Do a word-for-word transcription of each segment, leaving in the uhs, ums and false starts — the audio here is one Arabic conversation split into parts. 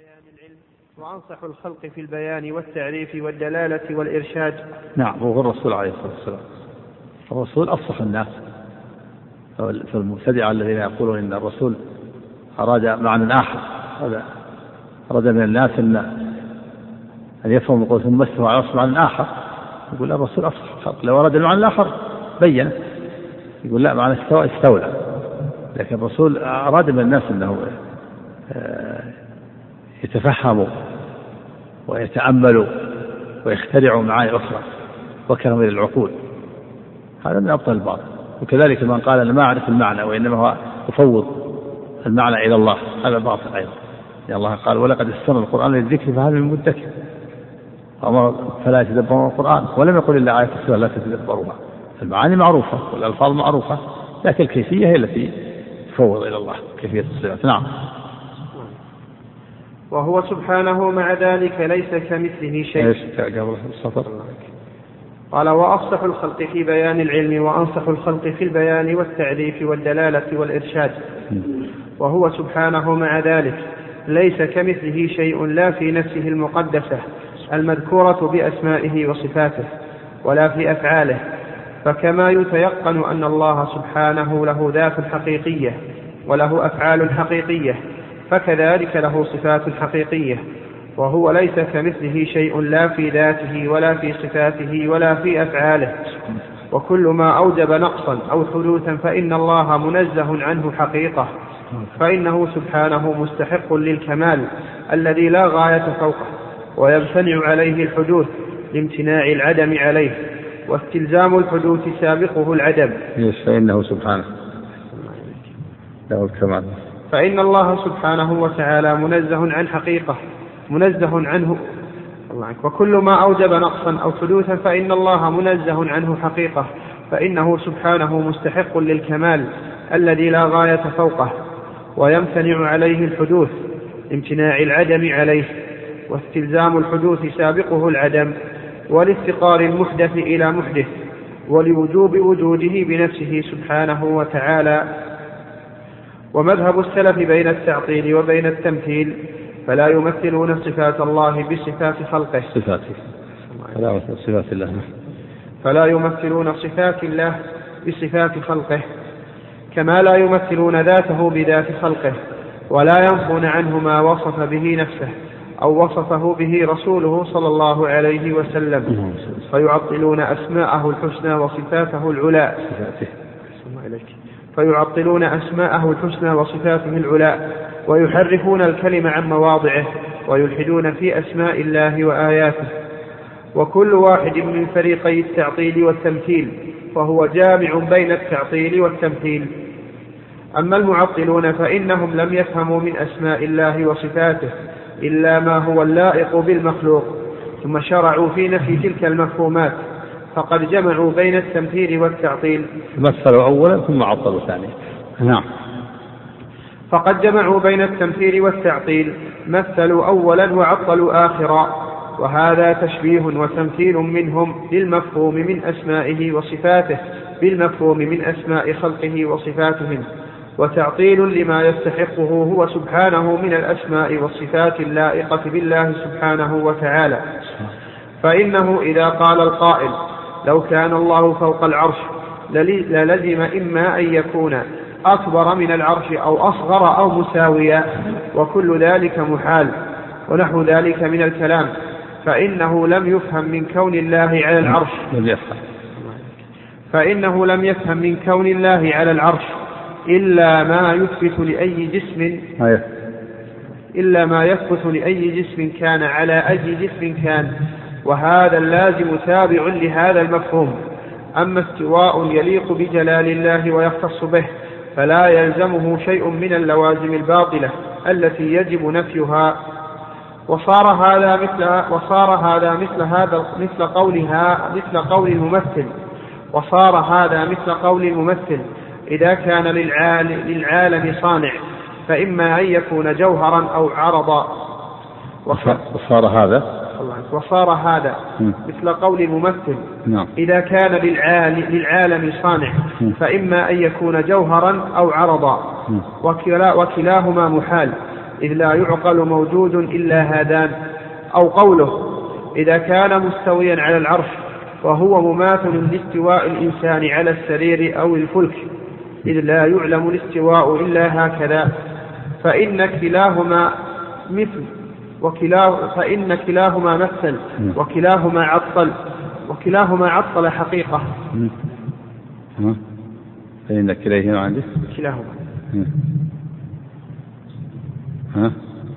بيان العلم وأنصح الخلق في البيان والتعريف والدلالة والإرشاد. نعم، هو الرسول عليه الصلاة والسلام، الرسول أفصح الناس. فالمبتدعة الذين يقولون إن الرسول أراد معنى آخر، هذا أراد من الناس أن أن يفهم القول ثم استوى على معنى آخر، يقول الرسول أفصح الخلق. لو أراد المعنى الآخر بين، يقول لا معنى استوى استولى. لكن الرسول أراد من الناس أنه يتفهموا ويتأملوا ويخترعوا معاني أخرى وكلام إلى العقول. هذا من أبطل الباطل. وكذلك من قال أنا ما أعرف المعنى وإنما هو أفوض المعنى إلى الله، هذا باطل أيضا. يا الله قال ولقد يسرنا القرآن للذكر فهل من مدكر، فلا يتدبرون القرآن. ولم يقل إلا آية السورة لا تتدبروها. المعاني معروفة والألفاظ معروفة، لكن الكيفية هي التي تفوض إلى الله، كيفية الصفات. نعم. وهو سبحانه مع ذلك ليس كمثله شيء. قال وأفصح الخلق في بيان العلم وأنصح الخلق في البيان والتعريف والدلالة والإرشاد. وهو سبحانه مع ذلك ليس كمثله شيء، لا في نفسه المقدسة المذكورة بأسمائه وصفاته ولا في أفعاله. فكما يتيقن أن الله سبحانه له ذات حقيقية وله أفعال حقيقية، فكذلك له صفات حقيقية. وهو ليس كمثله شيء، لا في ذاته ولا في صفاته ولا في أفعاله. وكل ما أوجب نقصا أو حدوثا فإن الله منزه عنه حقيقة، فإنه سبحانه مستحق للكمال الذي لا غاية فوقه، ويمتنع عليه الحدوث لامتناع العدم عليه، واستلزام الحدوث سابقه العدم. فإنه سبحانه له الكمال. فإن الله سبحانه وتعالى منزه عن حقيقة منزه عنه وكل ما أوجب نقصا أو حدوثا فإن الله منزه عنه حقيقة، فإنه سبحانه مستحق للكمال الذي لا غاية فوقه، ويمتنع عليه الحدوث امتناع العدم عليه، واستلزام الحدوث سابقه العدم، ولافتقار المحدث إلى محدث، ولوجوب وجوده بنفسه سبحانه وتعالى. ومذهب السلف بين التعطيل وبين التمثيل، فلا يمثلون صفات الله بصفات خلقه صفاته فلا صفات الله فلا يمثلون صفات الله بصفات خلقه، كما لا يمثلون ذاته بذات خلقه، ولا ينفون عنه ما وصف به نفسه أو وصفه به رسوله صلى الله عليه وسلم، فيعطلون أسماءه الحسنى وصفاته العلى فيعطلون أسماءه الحسنى وصفاته العلى ويحرفون الكلم عن مواضعه، ويلحدون في أسماء الله وآياته. وكل واحد من فريقي التعطيل والتمثيل فهو جامع بين التعطيل والتمثيل. أما المعطلون فإنهم لم يفهموا من أسماء الله وصفاته إلا ما هو اللائق بالمخلوق، ثم شرعوا في نفي تلك المفهومات، فقد جمعوا بين التمثيل والتعطيل. مثلوا أولا ثم عطلوا ثانيا. نعم. فقد جمعوا بين التمثيل والتعطيل، مثلوا أولا وعطلوا آخرا، وهذا تشبيه وتمثيل منهم للمفهوم من أسمائه وصفاته بالمفهوم من أسماء خلقه وصفاتهم، وتعطيل لما يستحقه هو سبحانه من الأسماء والصفات اللائقة بالله سبحانه وتعالى. فإنه إذا قال القائل لو كان الله فوق العرش للزم إما أن يكون أكبر من العرش أو أصغر أو مساويا، وكل ذلك محال، ونحو ذلك من الكلام، فإنه لم يفهم من كون الله على العرش فإنه لم يفهم من كون الله على العرش إلا ما يثبت لأي جسم إلا ما يثبت لأي جسم كان على أي جسم كان، وهذا اللازم تابع لهذا المفهوم. أما استواء يليق بجلال الله ويختص به فلا يلزمه شيء من اللوازم الباطلة التي يجب نفيها. وصار هذا مثل وصار هذا مثل هذا مثل قولها مثل قول الممثل وصار هذا مثل قول الممثل إذا كان للعالم, للعالم صانع، فإما أن يكون جوهرا أو عرضا. وصار هذا وصار هذا مثل قول الممثل إذا كان للعالم صانع، فإما أن يكون جوهرا أو عرضا، وكلا وكلاهما محال، إذ لا يعقل موجود إلا هذان. أو قوله إذا كان مستويا على العرش وهو مماثل لاستواء الإنسان على السرير أو الفلك، إذ لا يعلم الاستواء إلا هكذا، فإن كلاهما مثل وكلاه فإن كلاهما مثل وكلاهما عطل وكلاهما عطل حقيقة. فإن كلاهما عندي كلاهما ها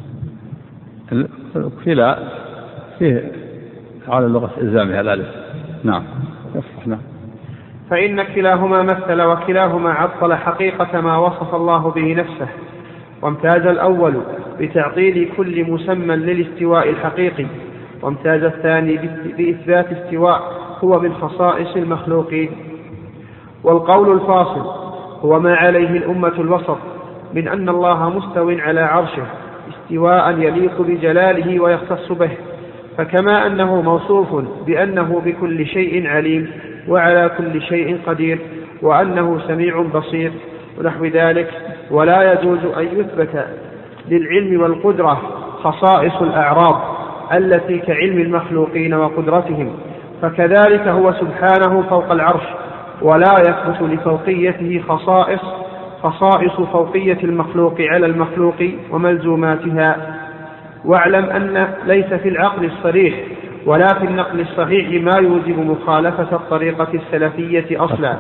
كلا فيه على اللغة إلزامها الألف. نعم يصح. نعم. فإن كلاهما مثل وكلاهما عطل حقيقة ما وصف الله به نفسه، وامتاز الأول بتعطيل كل مسمى للاستواء الحقيقي، وامتاز الثاني بإثبات استواء هو من خصائص المخلوقين. والقول الفاصل هو ما عليه الأمة الوسط من أن الله مستو على عرشه استواء يليق بجلاله ويختص به، فكما أنه موصوف بأنه بكل شيء عليم وعلى كل شيء قدير وأنه سميع بصير ونحو ذلك، ولا يجوز أن يثبت للعلم والقدرة خصائص الأعراض التي كعلم المخلوقين وقدرتهم، فكذلك هو سبحانه فوق العرش، ولا يثبت لفوقيته خصائص خصائص فوقية المخلوق على المخلوق وملزوماتها. واعلم أن ليس في العقل الصريح ولا في النقل الصحيح ما يوجب مخالفة الطريقة السلفية أصلا.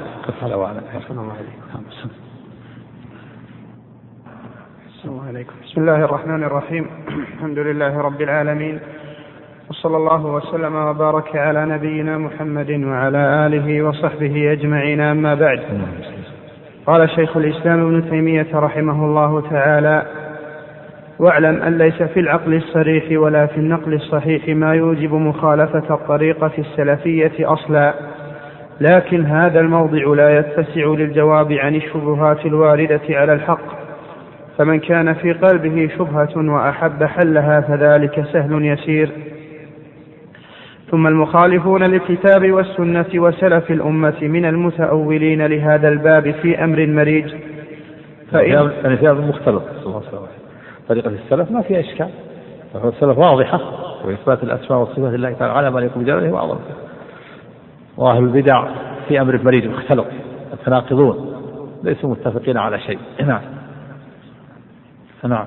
بسم الله الرحمن الرحيم. الحمد لله رب العالمين، وصلى الله وسلم وبارك على نبينا محمد وعلى آله وصحبه أجمعين. أما بعد، قال شيخ الإسلام ابن تيمية رحمه الله تعالى: واعلم أن ليس في العقل الصريح ولا في النقل الصحيح ما يوجب مخالفة الطريقة السلفية أصلا، لكن هذا الموضع لا يتسع للجواب عن الشبهات الواردة على الحق، فمن كان في قلبه شبهة وأحب حلها فذلك سهل يسير. ثم المخالفون للكتاب والسنة وسلف الأمة من المتأولين لهذا الباب في أمر مريج، فإن يعني في هذا مختلط طريقة السلف ما فيها إشكال، السلف واضحة، وإثبات الأسماء والصفات لله تعالى على ما يكون بجلاله وأعظم. وأهل البدع في أمر مريج مختلط متناقضون ليسوا متفقين على شيء. نعم. نعم.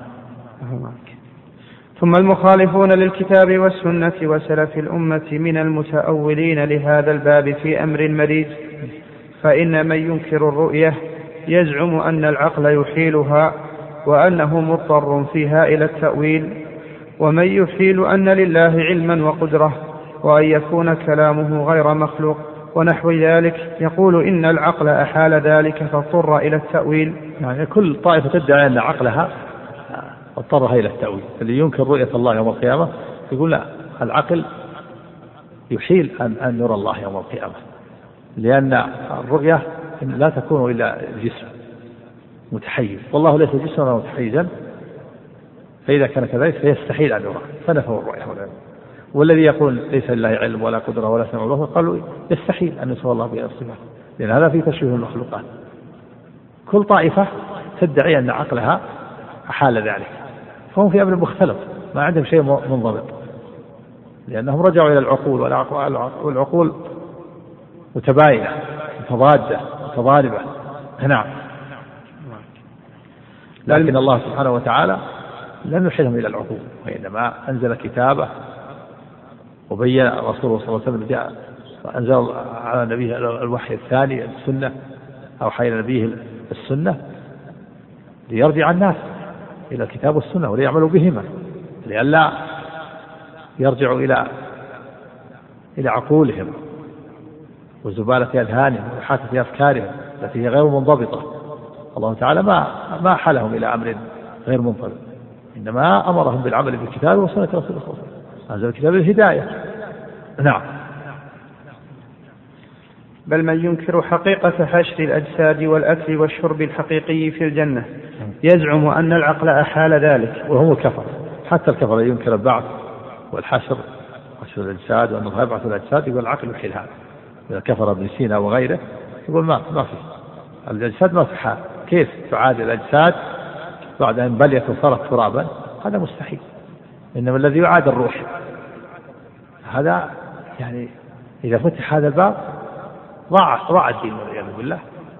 ثم المخالفون للكتاب والسنة وسلف الأمة من المتأولين لهذا الباب في أمر مريج، فإن من ينكر الرؤية يزعم أن العقل يحيلها وأنه مضطر فيها إلى التأويل، ومن يحيل أن لله علما وقدرة وأن يكون كلامه غير مخلوق ونحو ذلك يقول إن العقل أحال ذلك فاضطر إلى التأويل. يعني كل طائفة تدعي أن عقلها اضطرها إلى التأويل. اللي ينكر رؤية الله يوم القيامة يقول لا، العقل يحيل أن, أن يرى الله يوم القيامة، لأن الرؤية لا تكون إلا جسم متحيز، والله ليس جسما ولا متحيزا، فإذا كان كذلك فيستحيل أن يرى، فنفوا الرؤية. والذي يقول ليس لله علم ولا قدرة ولا سمع ولا بصر قالوا يستحيل أن يصف الله بهذه الصفات، لأن هذا في تشبيه المخلوقات. كل طائفة تدعي أن عقلها أحال ذلك، فهم في أمر مختلف ما عندهم شيء منضبط، لأنهم رجعوا إلى العقول، والعقول متباينة متضادة متضاربة. نعم. لكن الله سبحانه وتعالى لم يحيلهم إلى العقول، وإنما أنزل كتابه وبين رسوله صلى الله عليه وسلم، جاء وأنزل على نبيه الوحي الثاني السنة، أو حيل نبيه السنة ليرجع الناس إلى الكتاب والسنة وليعملوا بهما، لئلا يرجعوا إلى إلى عقولهم وزبالة أذهانهم وحاسة أفكارهم التي هي غير منضبطة. الله تعالى ما ما حلهم إلى أمر غير منضبط، إنما أمرهم بالعمل بالكتاب وسنة رسول الله صلى الله عليه وسلم، أنزل الكتاب الهداية. نعم. بل من ينكر حقيقة حشر الأجساد والأكل والشرب الحقيقي في الجنة يزعم أن العقل أحال ذلك، وهو الكفر. حتى الكفر ينكر البعث والحشر حشر الأجساد وأن الله يبعث الأجساد يقول العقل يحيل هذا. إذا كفر ابن سينا وغيره يقول ما ما في الأجساد ما في حال، كيف تعاد الأجساد بعد أن بليت وصارت ترابا هذا مستحيل. إنما الذي يعاد الروح، هذا يعني إذا فتح هذا الباب ضاع ضاع الدين والعياذ بالله.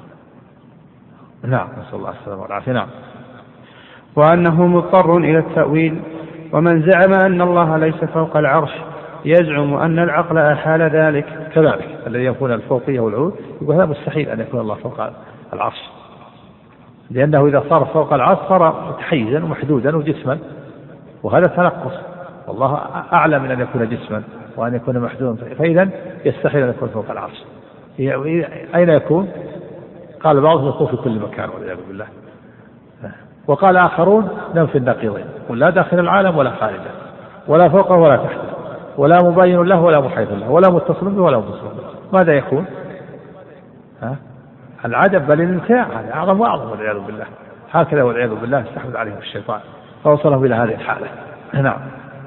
نعم، نسأل الله السلامة والعافية. نعم. وأنه مضطر إلى التأويل. ومن زعم أن الله ليس فوق العرش يزعم أن العقل أحال ذلك. كذلك الذي يكون الفوقية والعلو يقول هذا مستحيل أن يكون الله فوق العرش، لأنه إذا صار فوق العرش صار متحيزا ومحدودا وجسما، وهذا تنقص، والله أعلى من أن يكون جسما وأن يكون محدودا، فإذا يستحيل أن يكون فوق العرش. أين يكون؟ قال بعضهم يكون في كل مكان والعياذ بالله. وقال آخرون ننفي النقيضين، ولا داخل العالم ولا خارجه، ولا فوقه ولا تحته، ولا مبين له ولا محيط له، ولا متصل به ولا متصل به. ماذا يكون؟ ها؟ العدم بل الانتهاء، هذا أعظم وأعظم والعياذ بالله. هكذا والعياذ بالله استحوذ عليهم الشيطان فوصلهم إلى هذه الحالة. نعم.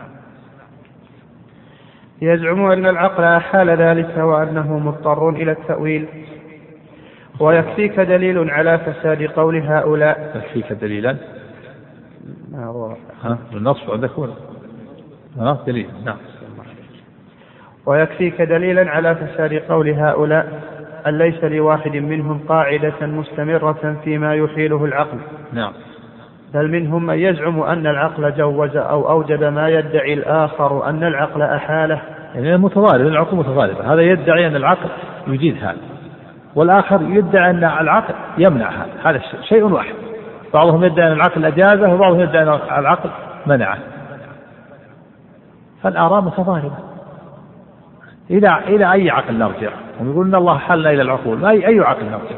يزعم أن العقل أحال ذلك وأنه مضطر إلى التأويل. ويكفيك دليل على فساد قول هؤلاء. يكفيك دليلا ها النص عندكم ها دليل. نعم. ويكفيك دليلا على فساد قول هؤلاء أن ليس لواحد منهم قاعدة مستمرة فيما يحيله العقل. نعم. بل منهم من يزعم أن العقل جوز أو أوجب ما يدعي الآخر أن العقل أحاله. يعني متضارب، العقل متضاربة، هذا يدعي أن العقل يجيد هذا، والآخر يدعي أن العقل يمنع هذا، هذا شيء واحد. بعضهم يدعي أن العقل أجازه وبعضهم يدعي أن العقل منعه، فالآراء متضاربة. إلى إلى أي عقل نرجع؟ هم يقولون أن الله حلنا إلى العقول، أي أي عقل نرجع؟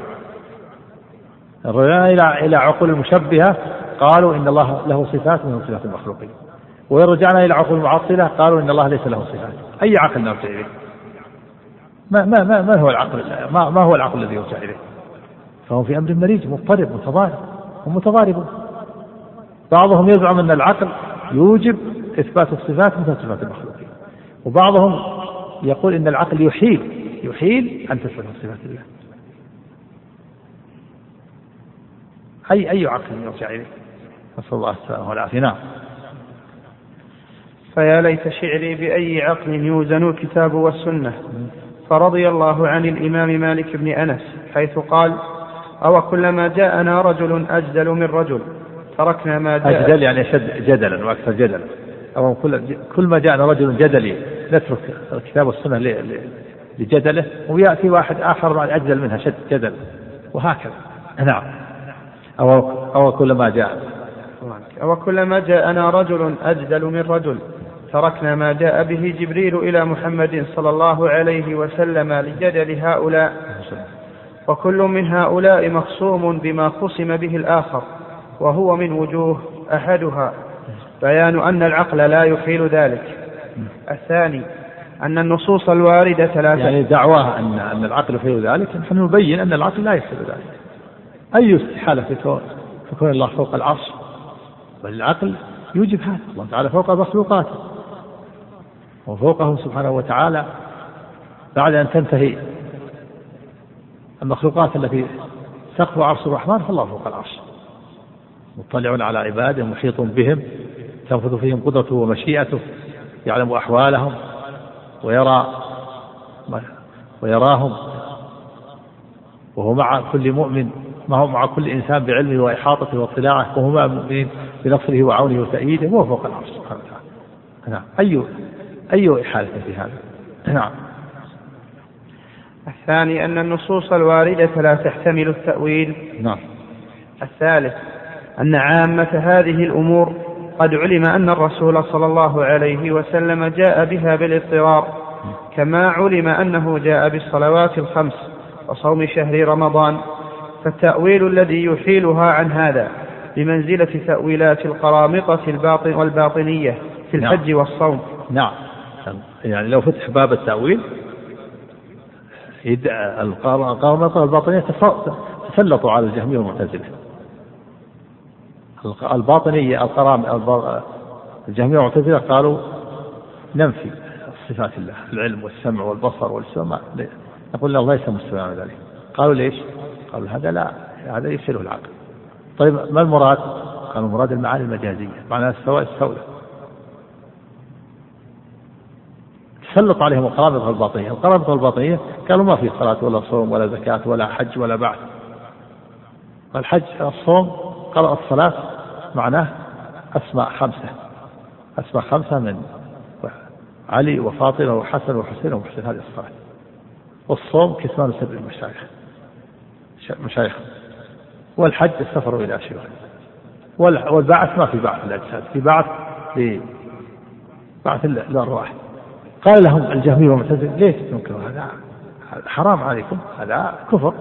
رجعنا إلى إلى عقول المشبهة قالوا إن الله له صفات من صفات المخلوقين، ورجعنا إلى عقول المعطلة قالوا إن الله ليس له صفات. أي عقل نرجع إليه؟ ما ما ما, ما هو العقل؟ ما, ما هو العقل الذي يرجع إليه؟ فهم في أمر مريج مضطرب متضارب ومتضارب. بعضهم يزعم أن العقل يوجب إثبات الصفات مثل صفات المخلوقين، وبعضهم يقول إن العقل يحيل يحيل أن تثبت صفات الله. أي أي عقل يرجع إليه؟ نسأل الله السلامة والعافية. نعم. فيا ليت شعري بأي عقل يوزن الكتاب والسنة. فرضي الله عن الإمام مالك بن أنس حيث قال: أو كلما جاءنا رجل أجدل من رجل تركنا ما جاء. أجدل يعني أشد جدلا وأكثر جدلا. أو كل كل ما جاءنا رجل جدلي نترك الكتاب والسنة لجدله، ويأتي واحد آخر بعد أجدل منها شد جدل، وهكذا. نعم. أو أو كلما جاء أو كلما جاءنا رجل أجدل من رجل تركنا ما جاء به جبريل إلى محمد صلى الله عليه وسلم لجدل هؤلاء. وكل من هؤلاء مخصوم بما خصم به الآخر، وهو من وجوه: أحدها بيان أن العقل لا يحيل ذلك. الثاني أن النصوص الواردة لا يعني دعواها أن أن العقل يحيل ذلك، نحن نبين أن العقل لا يحيل ذلك. أي استحالة في كون الله فوق العرش، بل العقل يوجب هذا. الله تعالى فوق مخلوقاته، وفوقه سبحانه وتعالى بعد أن تنتهي المخلوقات التي سقف عرش الرحمن فالله فوق العرش، مطلع على عباده محيط بهم، تنفذ فيهم قدرته ومشيئته، يعلم أحوالهم ويرى ويراهم، وهو مع كل مؤمن، ما هو مع كل إنسان بعلمه وإحاطته واطلاعه، وهو مع المؤمنين بنصره وعونه وتأييده، وهو فوق العرش سبحانه وتعالى. نعم. أي أي إحالة في هذا؟ نعم. الثاني أن النصوص الواردة لا تحتمل التأويل. نعم. الثالث أن عامة هذه الأمور قد علم أن الرسول صلى الله عليه وسلم جاء بها بالاضطرار، كما علم أنه جاء بالصلوات الخمس وصوم شهر رمضان، فالتأويل الذي يحيلها عن هذا بمنزلة تأويلات القرامطة الباطن والباطنية في الحج نعم. والصوم. نعم. يعني لو فتح باب التأويل القرامطة والباطنية تسلطوا على الجهمية والمعتزلة. الباطنية الجهمية والمعتزلة قالوا ننفي صفات الله، العلم والسمع والبصر والسمع، نقول الله ليس مستوى على ذلك. قالوا ليش؟ قالوا هذا لا، هذا يفسره العقل. طيب ما المراد؟ قالوا مراد المعاني المجازية معناها استواء استولى. تسلط عليهم القرامطة الباطنية. القرامطة الباطنية قالوا ما في صلاة ولا صوم ولا زكاة ولا حج ولا بعث. الحج الصوم قال الصلاة معناه أسماء خمسة أسماء خمسة من علي وفاطمة وحسن وحسين ومحسن هذه الصلاة. والصوم كتمان سر المشايخ مشايخ. والحج السفر إلى شيوخ. والبعث ما في بعث الأجساد في بعث بعث الأرواح. قال لهم الجهمي والمعتزلة ليش تنكروا هذا حرام عليكم هذا كفر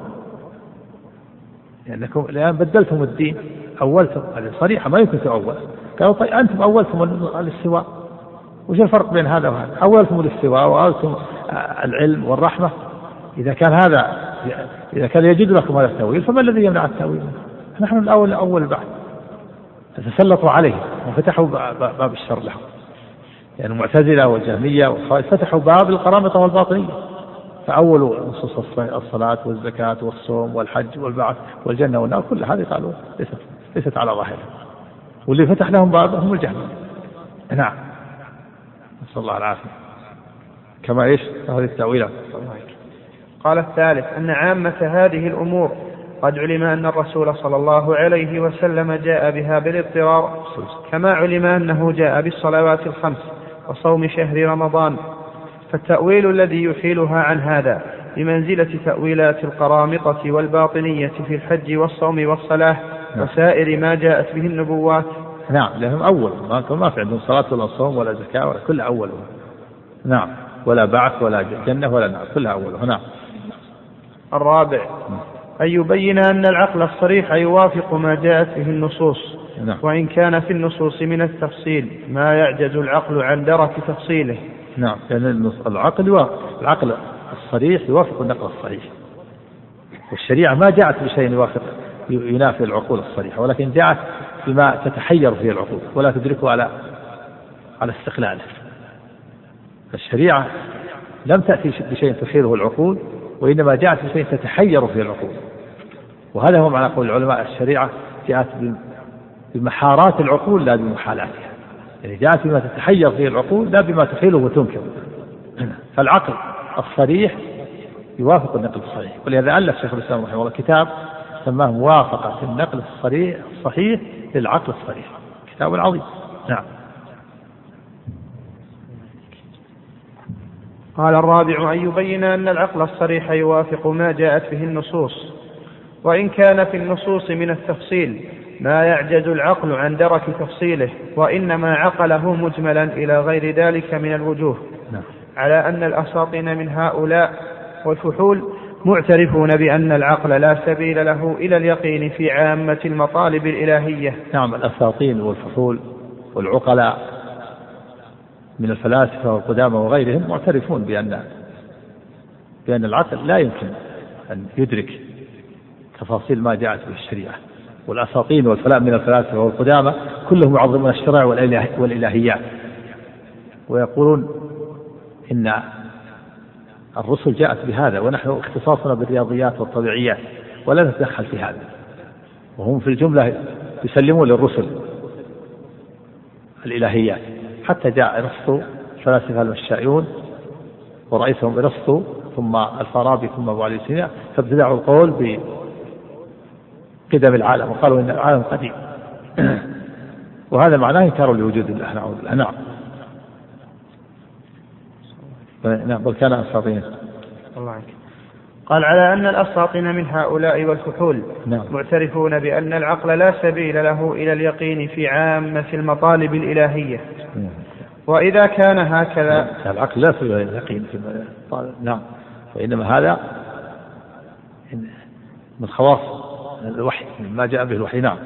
لأنكم الآن بدلتم الدين أولتم هذه صريحة ما يمكن تأول. قالوا طيب أنتم أولتم الاستواء وش الفرق بين هذا وهذا؟ أولتم الاستواء وأولتم العلم والرحمة. إذا كان هذا إذا كان يجد لكم هذا التأويل فما الذي يمنع التأويل؟ نحن الأول أول بعد تسلطوا عليه وفتحوا باب الشر لهم. يعني المعتزلة والجهمية والخوارج فتحوا باب القرامطة والباطنية فأولوا نصوص الصلاة والزكاة والصوم والحج والبعث والجنة والنار كل هذه قالوا ليست ليست على ظاهرها. واللي فتح لهم باب هم الجهمية. نعم نسأل الله العافية. كما إيش هذه التأويلات. قال الثالث أن عامة هذه الأمور قد علم أن الرسول صلى الله عليه وسلم جاء بها بالاضطرار كما علم أنه جاء بالصلوات الخمس وصوم شهر رمضان. فالتأويل الذي يحيلها عن هذا بمنزلة تأويلات القرامطة والباطنية في الحج والصوم والصلاة وسائر ما جاءت به النبوات. نعم لهم أول ما في عندهم صلاة ولا صوم ولا زكاة ولا كل أول. نعم ولا بعث ولا جنة ولا نار كلها أول. نعم. الرابع أن يبين أن العقل الصريح يوافق ما جاءت به النصوص. نعم. وإن كان في النصوص من التفصيل ما يعجز العقل عن درك تفصيله. نعم لأن العقل يوافق العقل الصريح يوافق النقل الصريح. والشريعة ما جاءت بشيء يوافق ينافي العقول الصريحة ولكن جاءت بما تتحير فيه العقول ولا تدركه على على استقلاله. الشريعة لم تأتي بشيء تحيره العقول وإنما جاءت بشيء تتحير فيه العقول. وهذا هو معنى قول العلماء الشريعة جاءت بمحارات العقول لا بمحالاتها. يعني جاءت بما تتحير فيه العقول لا بما تحيله وتنكر. فالعقل الصريح يوافق النقل الصريح. ولهذا ألف شيخ الإسلام رحمه الله كتاب سماه موافقة النقل الصريح الصحيح للعقل الصريح كتاب عظيم. نعم. قال الرابع أن يبين أن العقل الصريح يوافق ما جاءت به النصوص وإن كان في النصوص من التفصيل ما يعجز العقل عن درك تفصيله وإنما عقله مجملا إلى غير ذلك من الوجوه. نعم. على أن الأساطين من هؤلاء والفحول معترفون بأن العقل لا سبيل له إلى اليقين في عامة المطالب الإلهية. نعم الأساطين والفحول والعقلاء من الفلاسفة والقدامى وغيرهم معترفون بأن بأن العقل لا يمكن أن يدرك تفاصيل ما جاءت به الشريعة. والأساطين والفلاسفة من الفلاسفة والقدامى كلهم يعظمون الشرع والإلهيات ويقولون إن الرسل جاءت بهذا ونحن اختصاصنا بالرياضيات والطبيعيات ولا نتدخل في هذا. وهم في الجملة يسلمون للرسل الإلهيات حتى جاء أرسطو الفلاسفة المشائون ورئيسهم أرسطو ثم الفارابي ثم أبو علي سينا فابتدعوا القول بقدم العالم وقالوا إن العالم قديم. وهذا معناه إنكار لوجود الله. نعوذ بالله. نعم. نعم بل كان أساطين. الله عنك. قال على أن الأساطين من هؤلاء والفحول نعم. معترفون بأن العقل لا سبيل له إلى اليقين في عامة المطالب الإلهية. نعم. وإذا كان هكذا العقل لا سبيل إلى اليقين في نعم وإنما هذا من خواص الوحي ما جاء به الوحي. نعم.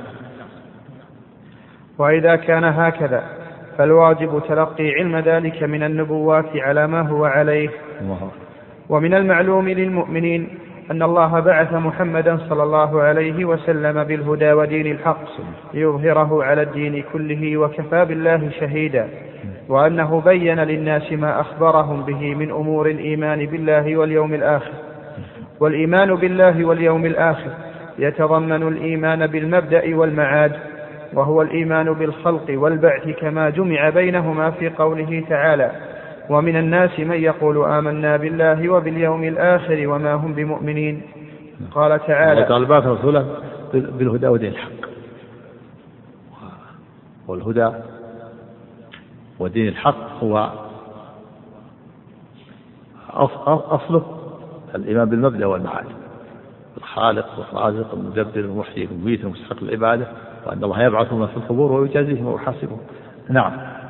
وإذا كان هكذا فالواجب تلقي علم ذلك من النبوات على ما هو عليه. ومن المعلوم للمؤمنين أن الله بعث محمدا صلى الله عليه وسلم بالهدى ودين الحق ليظهره على الدين كله وكفى بالله شهيدا. وأنه بين للناس ما أخبرهم به من أمور الإيمان بالله واليوم الآخر. والإيمان بالله واليوم الآخر يتضمن الإيمان بالمبدأ والمعاد وهو الإيمان بالخلق والبعث كما جمع بينهما في قوله تعالى: ومن الناس من يقول آمنا بالله وباليوم الآخر وما هم بمؤمنين. قال تعالى: وقال بعث رسولا بالهدى ودين الحق. والهدى ودين الحق هو أصله الإيمان بالمبدأ والمعاد، الخالق والرازق المدبر المحيي المميت المستحق العبادة، وأن الله يبعث من في القبور ويجازيهم ويحاسبهم. نعم.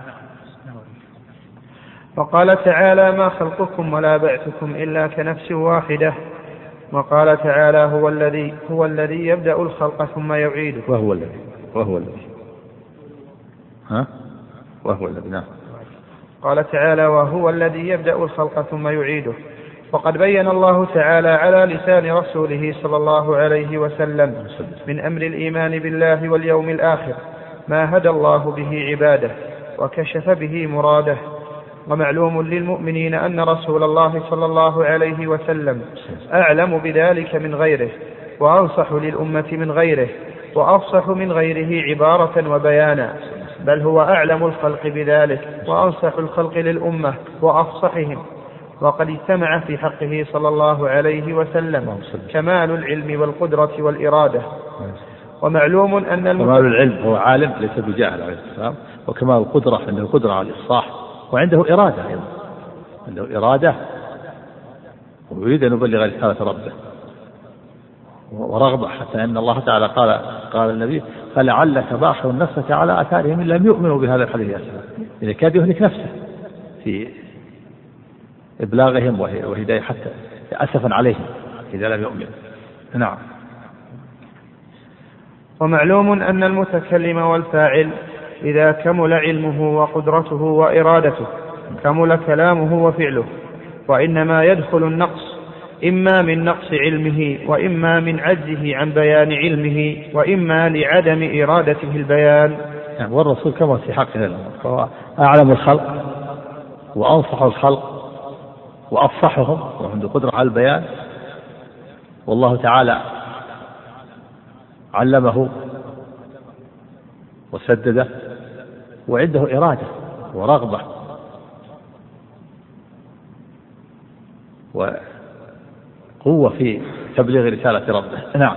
وقال تعالى: ما خلقكم ولا بعثكم إلا كنفس واحدة. وقال تعالى: هو الذي هو الذي يبدأ الخلق ثم يعيده. وهو الذي وهو الذي ها وهو الذي نعم. قال تعالى: وهو الذي يبدأ الخلق ثم يعيده. وقد بين الله تعالى على لسان رسوله صلى الله عليه وسلم من أمر الإيمان بالله واليوم الآخر ما هدى الله به عباده وكشف به مراده. ومعلوم للمؤمنين أن رسول الله صلى الله عليه وسلم أعلم بذلك من غيره، وأنصح للأمة من غيره، وأفصح من غيره عبارة وبيانا، بل هو أعلم الخلق بذلك وأنصح الخلق للأمة وأفصحهم. وقد اجتمع في حقه صلى الله عليه وسلم كمال العلم والقدرة والإرادة. ومعلوم أن كمال العلم هو عالم ليس بجاهل عليه السلام، وكمال القدرة عنده قدرة على الإصلاح، وعنده إرادة أيضا، عنده إرادة ويريد أن يبلغ رسالة ربه، ورغبة، حتى أن الله تعالى قال قال النبي: فلعلك باخر نفسك على آثارهم إن لم يؤمنوا بهذا الحديث يا سلام. إذا كاد يهلك نفسه في إبلاغهم وهداية حتى أسفا عليهم إذا لم يؤمنوا. نعم. ومعلوم أن المتكلم والفاعل إذا كمل علمه وقدرته وإرادته كمل كلامه وفعله، وإنما يدخل النقص إما من نقص علمه، وإما من عجزه عن بيان علمه، وإما لعدم إرادته البيان. يعني والرسول كما في حقه فهو أعلم الخلق وأنصح الخلق وأفصحهم وعنده قدرة على البيان، والله تعالى علمه وسدده، وعنده إرادة ورغبة وقوة في تبليغ رسالة ربه. نعم.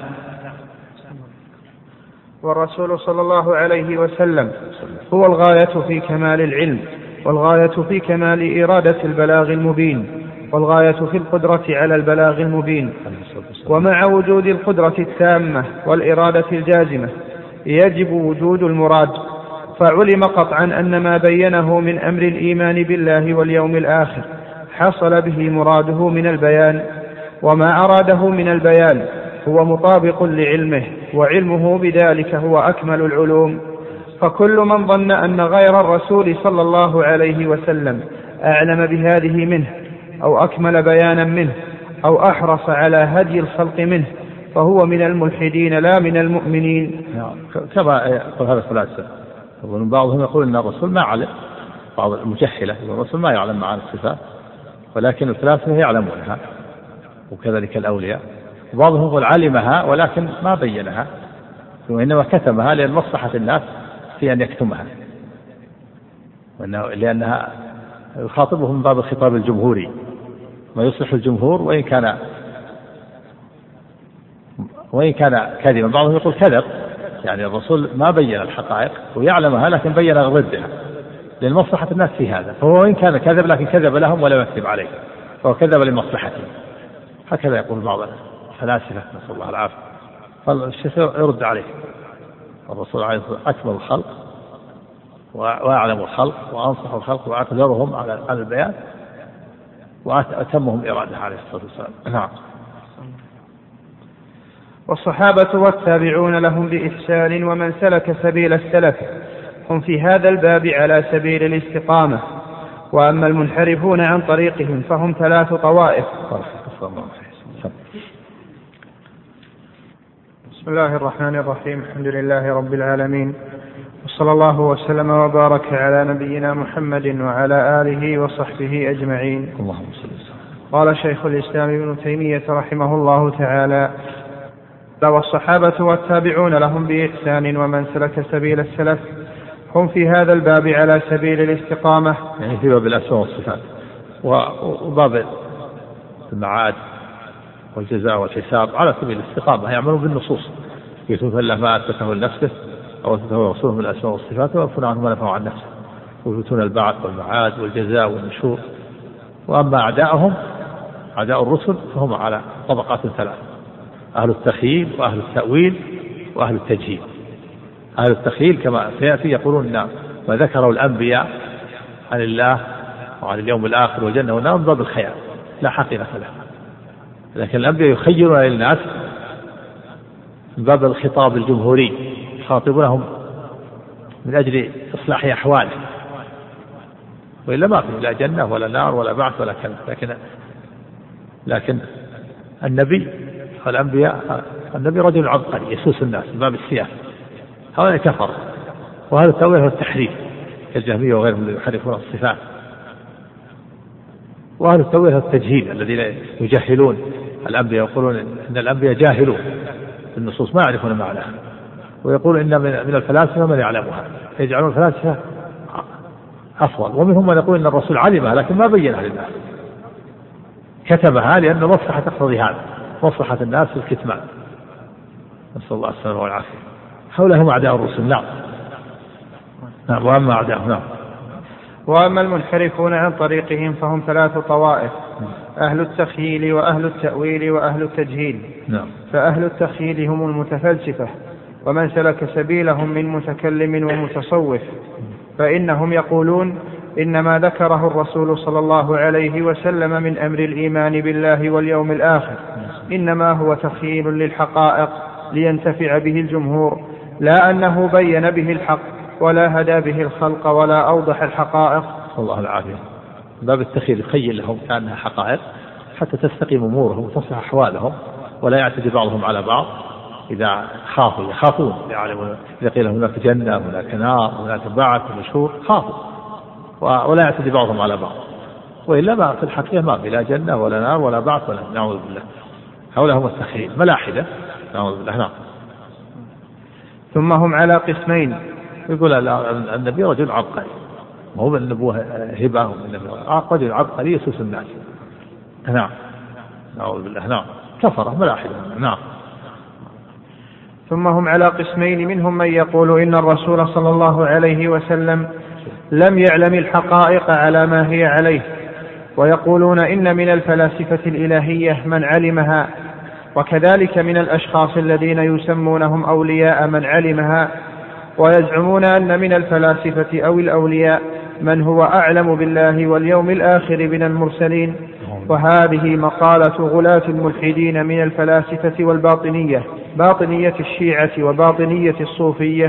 والرسول صلى الله عليه وسلم هو الغاية في كمال العلم، والغاية في كمال إرادة البلاغ المبين، والغاية في القدرة على البلاغ المبين. ومع وجود القدرة التامة والإرادة الجازمة يجب وجود المراد، فعلم قطعا أن ما بينه من أمر الإيمان بالله واليوم الآخر حصل به مراده من البيان، وما أراده من البيان هو مطابق لعلمه، وعلمه بذلك هو أكمل العلوم. فكل من ظن أن غير الرسول صلى الله عليه وسلم أعلم بهذه منه أو أكمل بيانا منه أو أحرص على هدي الخلق منه فهو من الملحدين لا من المؤمنين. كما يقول هذا الثلاثة، بعضهم يقول أن الرسول ما علم، بعض المجهلة الرسول ما يعلم معاني الصفات، ولكن الثلاثة يعلمونها، وكذلك الأولياء. وبعضهم يقول علمها ولكن ما بينها، وإنما كتمها لأن مصلحة الناس في أن يكتمها، لأنها يخاطبهم من باب الخطاب الجمهوري، ما يصلح الجمهور وإن كان وإن كان كذبا. بعضهم يقول كذب، يعني الرسول ما بين الحقائق ويعلمها لكن بين ضدها لأن مصلحة الناس في هذا، فهو إن كان كذب لكن كذب لهم ولم يكذب عليه، فهو كذب لمصلحتهم. هكذا يقول بعض الفلاسفة نسأل الله العافية. فالشيخ يرد عليه: الرسول عليه الصلاة والسلام أكمل الخلق وأعلم الخلق وأنصح الخلق وأقدرهم على البيان وأتمهم إرادة عليه الصلاة والسلام. نعم. والصحابة والتابعون لهم بإحسان ومن سلك سبيل السلف هم في هذا الباب على سبيل الاستقامة. وأما المنحرفون عن طريقهم فهم ثلاث طوائف. بسم الله الرحمن الرحيم. الحمد لله رب العالمين، وصلى الله وسلم وبارك على نبينا محمد وعلى آله وصحبه أجمعين. اللهم صل وسلم. قال شيخ الإسلام ابن تيمية رحمه الله تعالى: والصحابة والتابعون لهم بإحسان ومن سلك سبيل السلف هم في هذا الباب على سبيل الاستقامة، يعني في باب الأسماء والصفات وباب المعاد والجزاء والحساب على سبيل الاستقامة، يعملون بالنصوص يثبتون الله ما أثبته لنفسه أو أثبته رسوله من الأسماء والصفات وينفون عنه ما نفعه عن نفسه، ويثبتون البعث والمعاد والجزاء والنشور. وأما أعداءهم أعداء الرسل فهم على طبقات ثلاث: أهل التخييل وأهل التأويل وأهل التجهيل. أهل التخييل كما سيأتي يقولون إن ما ذكروا الأنبياء عن الله وعن اليوم الآخر والجنة والنار من باب الخيال لا حقيقة له، لكن الأنبياء يخيرون للناس من باب الخطاب الجمهوري، يخاطبونهم من أجل إصلاح أحوالهم، وإلا ما في لا جنة ولا نار ولا بعث ولا كلام. لكن لكن النبي والأنبياء النبي رجل عبقري يسوس الناس من باب السياسة، هؤلاء كفر. وهذا التأويل هو التحريف كالجهمية وغيرهم الذين يحرفون الصفات. وهذا التأويل هو التجهيل الذين يجهلون الأنبياء ويقولون إن الأنبياء جاهلون النصوص ما يعرفون معناها، ويقول إن من الفلاسفة من يعلمها، يجعلون الفلاسفة أفضل. ومنهم من يقول إن الرسول علمها لكن ما بينها للناس، كتبها لأن مصلحة تقتضي هذا، مصلحة الناس في الكتمان، نسأل الله السلامة والعافية. حولهم أعداء الرسل. نعم. نعم. وأما أعداء نعم. وأما المنحرفون عن طريقهم فهم ثلاث طوائف: أهل التخييل وأهل التأويل وأهل التجهيل. نعم. فأهل التخييل هم المتفلسفة ومن سلك سبيلهم من متكلم ومتصوف، فإنهم يقولون إن ما ذكره الرسول صلى الله عليه وسلم من أمر الإيمان بالله واليوم الآخر إنما هو تخييل للحقائق لينتفع به الجمهور، لا أنه بين به الحق ولا هدى به الخلق ولا أوضح الحقائق. الله العافية. باب التخييل يخيل لهم كأنها حقائق حتى تستقيم أمورهم وتصلح أحوالهم ولا يعتدي بعضهم على بعض. إذا خافوا يخافون يعلمون إذا قيل هناك جنة هناك نار هناك بعث ونشور خافوا ولا يعتدي بعضهم على بعض، وإلا ما في الحقيقة ما في لا جنة ولا نار ولا بعث ولا نعوذ بالله. هؤلاء هم التخييل ملاحدة نعوذ بالله. نعم. ثم هم على قسمين. يقول النبي رجل عبقري، وهو من النبوة هبة رجل عبقري يسوس الناس. نعم. نعوذ بالله. نعم. كفرة ملاحدة. نعم. ثم هم على قسمين: منهم من يقول إن الرسول صلى الله عليه وسلم لم يعلم الحقائق على ما هي عليه، ويقولون إن من الفلاسفة الإلهية من علمها، وكذلك من الأشخاص الذين يسمونهم أولياء من علمها، ويزعمون أن من الفلاسفة أو الأولياء من هو أعلم بالله واليوم الآخر من المرسلين. وهذه مقالة غلاة الملحدين من الفلاسفة والباطنية، باطنية الشيعة وباطنية الصوفية.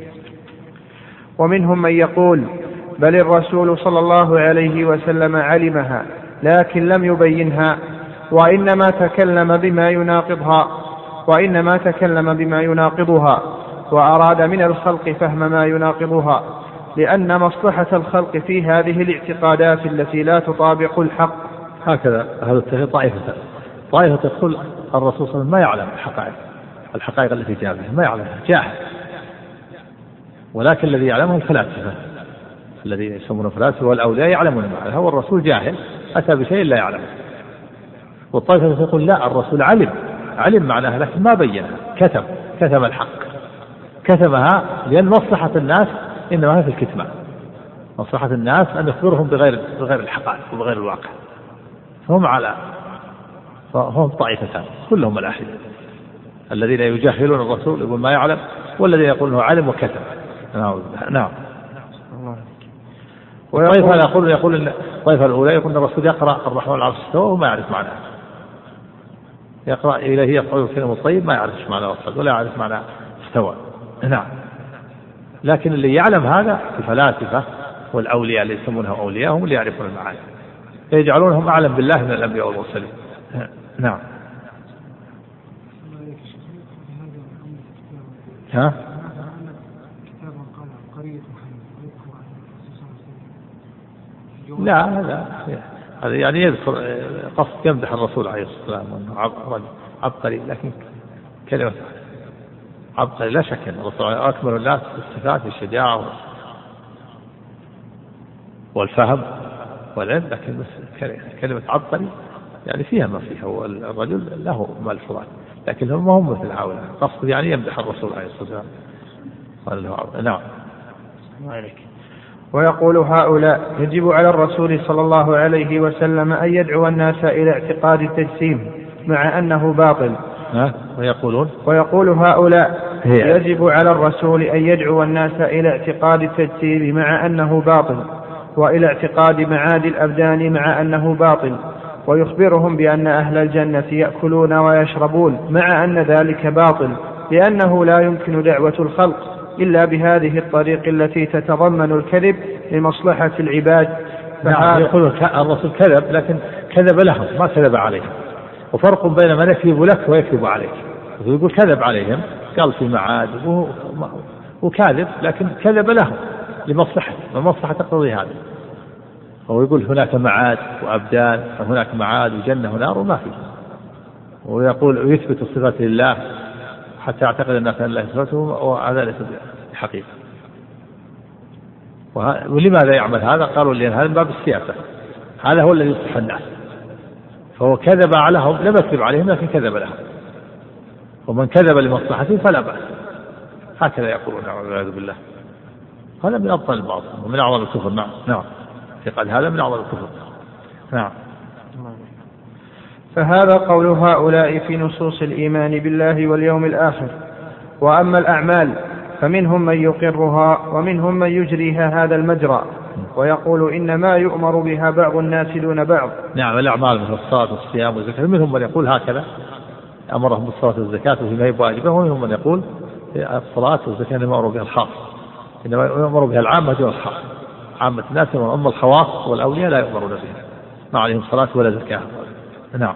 ومنهم من يقول بل الرسول صلى الله عليه وسلم علمها لكن لم يبينها، وإنما تكلم بما يناقضها وإنما تكلم بما يناقضها وأراد من الخلق فهم ما يناقضها، لأن مصلحة الخلق في هذه الاعتقادات التي لا تطابق الحق. هكذا هذا طائفة طائفة تقول الرسول صلى الله عليه وسلم ما يعلم الحقائق الحقائق التي جاء بها ما يعلمها، جاهل، ولكن الذي يعلمه الفلاسفة الذين يسمونه فلاسفة والأولياء يعلمون معناها، هو الرسول جاهل أتى بشيء لا يعلمه. والطائفة تقول لا الرسول علم علم معناها لكن ما بينها، كتم كتم الحق كتمها لأن مصلحة الناس إنما هي في الكتمان، مصلحة الناس أن يخبرهم بغير بغير الحقائق وبغير الواقع. فهم على فهم طائفتان كلهم ملاحدة، الذين يجاهلون الرسول يقول ما يعلم، والذين يقول انه علم وكتب. نعم. والطائفة يقول يقول ان الطائفة الأولى يقول ان الرسول يقرأ الرحمن على العرش استوى وما يعرف معناه، يقرأ إليه يقول الكلمة الطيب ما يعرف معنى وصل ولا يعرف معنى استوى. نعم. لكن اللي يعلم هذا الفلاسفة والأولياء اللي يسمونهم أولياء هم اللي يعرفون المعاني، يجعلونهم أعلم بالله من الأنبياء والمرسلين. نعم. ها؟ لا هذا هذا يعني يذكر قصد يمدح الرسول عليه الصلاة والسلام وأنه عبقري، لكن كلمة عبقري لا شك أن الرسول أكمل الناس بالصفات بالشجاعة والفهم والعلم، لكن كلمة عبقري يعني فيها ما فيها، والرجل له ملحوظات لكن هم هم مثل هؤلاء، قصد يعني يمدح الرسول عليه الصلاة والسلام. نعم. ويقول هؤلاء يجب على الرسول صلى الله عليه وسلم أن يدعو الناس إلى اعتقاد التجسيم مع أنه باطل. ويقولون ويقول هؤلاء يجب على الرسول أن يدعو الناس إلى اعتقاد التجسيم مع أنه باطل، وإلى اعتقاد معاد الأبدان مع أنه باطل، ويخبرهم بأن أهل الجنة يأكلون ويشربون مع أن ذلك باطل، لأنه لا يمكن دعوة الخلق إلا بهذه الطريق التي تتضمن الكذب لمصلحة العباد. نعم. يقول الرسول كذب لكن كذب لهم ما كذب عليهم، وفرق بين من يكذب لك ويكذب عليك. يقول كذب عليهم قال في معاد وكاذب، لكن كذب لهم لمصلحة، والمصلحة تقتضي هذا. هو يقول هناك معاد وأبدان، هناك معاد وجنة ونار وما فيه، ويقول ويثبت الصفات لله حتى يعتقد الناس أن الله صفاته وهذا ليس حقيقة. ولماذا يعمل هذا؟ قالوا لأن هذا باب السياسة، هذا هو الذي يصلح الناس، فهو كذب عليهم لم يكذب عليهم لكن كذب لهم، ومن كذب لمصلحته فلا بأس. هكذا يقولون والعياذ بالله. هذا من أبطل الباطل ومن أعظم الكفر. نعم. نعم. قال هذا من أعظم الكفر. نعم. فهذا قول هؤلاء في نصوص الإيمان بالله واليوم الآخر. وأما الأعمال فمنهم من يقرها ومنهم من يجريها هذا المجرى، ويقول إنما يؤمر بها بعض الناس دون بعض. نعم. الأعمال مثل الصلاة والصيام والزكاة منهم من يقول هكذا أمرهم بالصلاة والزكاة وفيما هي واجبة، ومنهم من يقول الصلاة والزكاة إنما أمر بها الخاص، إنما يؤمر بها العامة دون الخاص. عامة الناس أما الخواص والأولياء لا يؤمرون بها، ما عليهم صلاة ولا زكاة. نعم.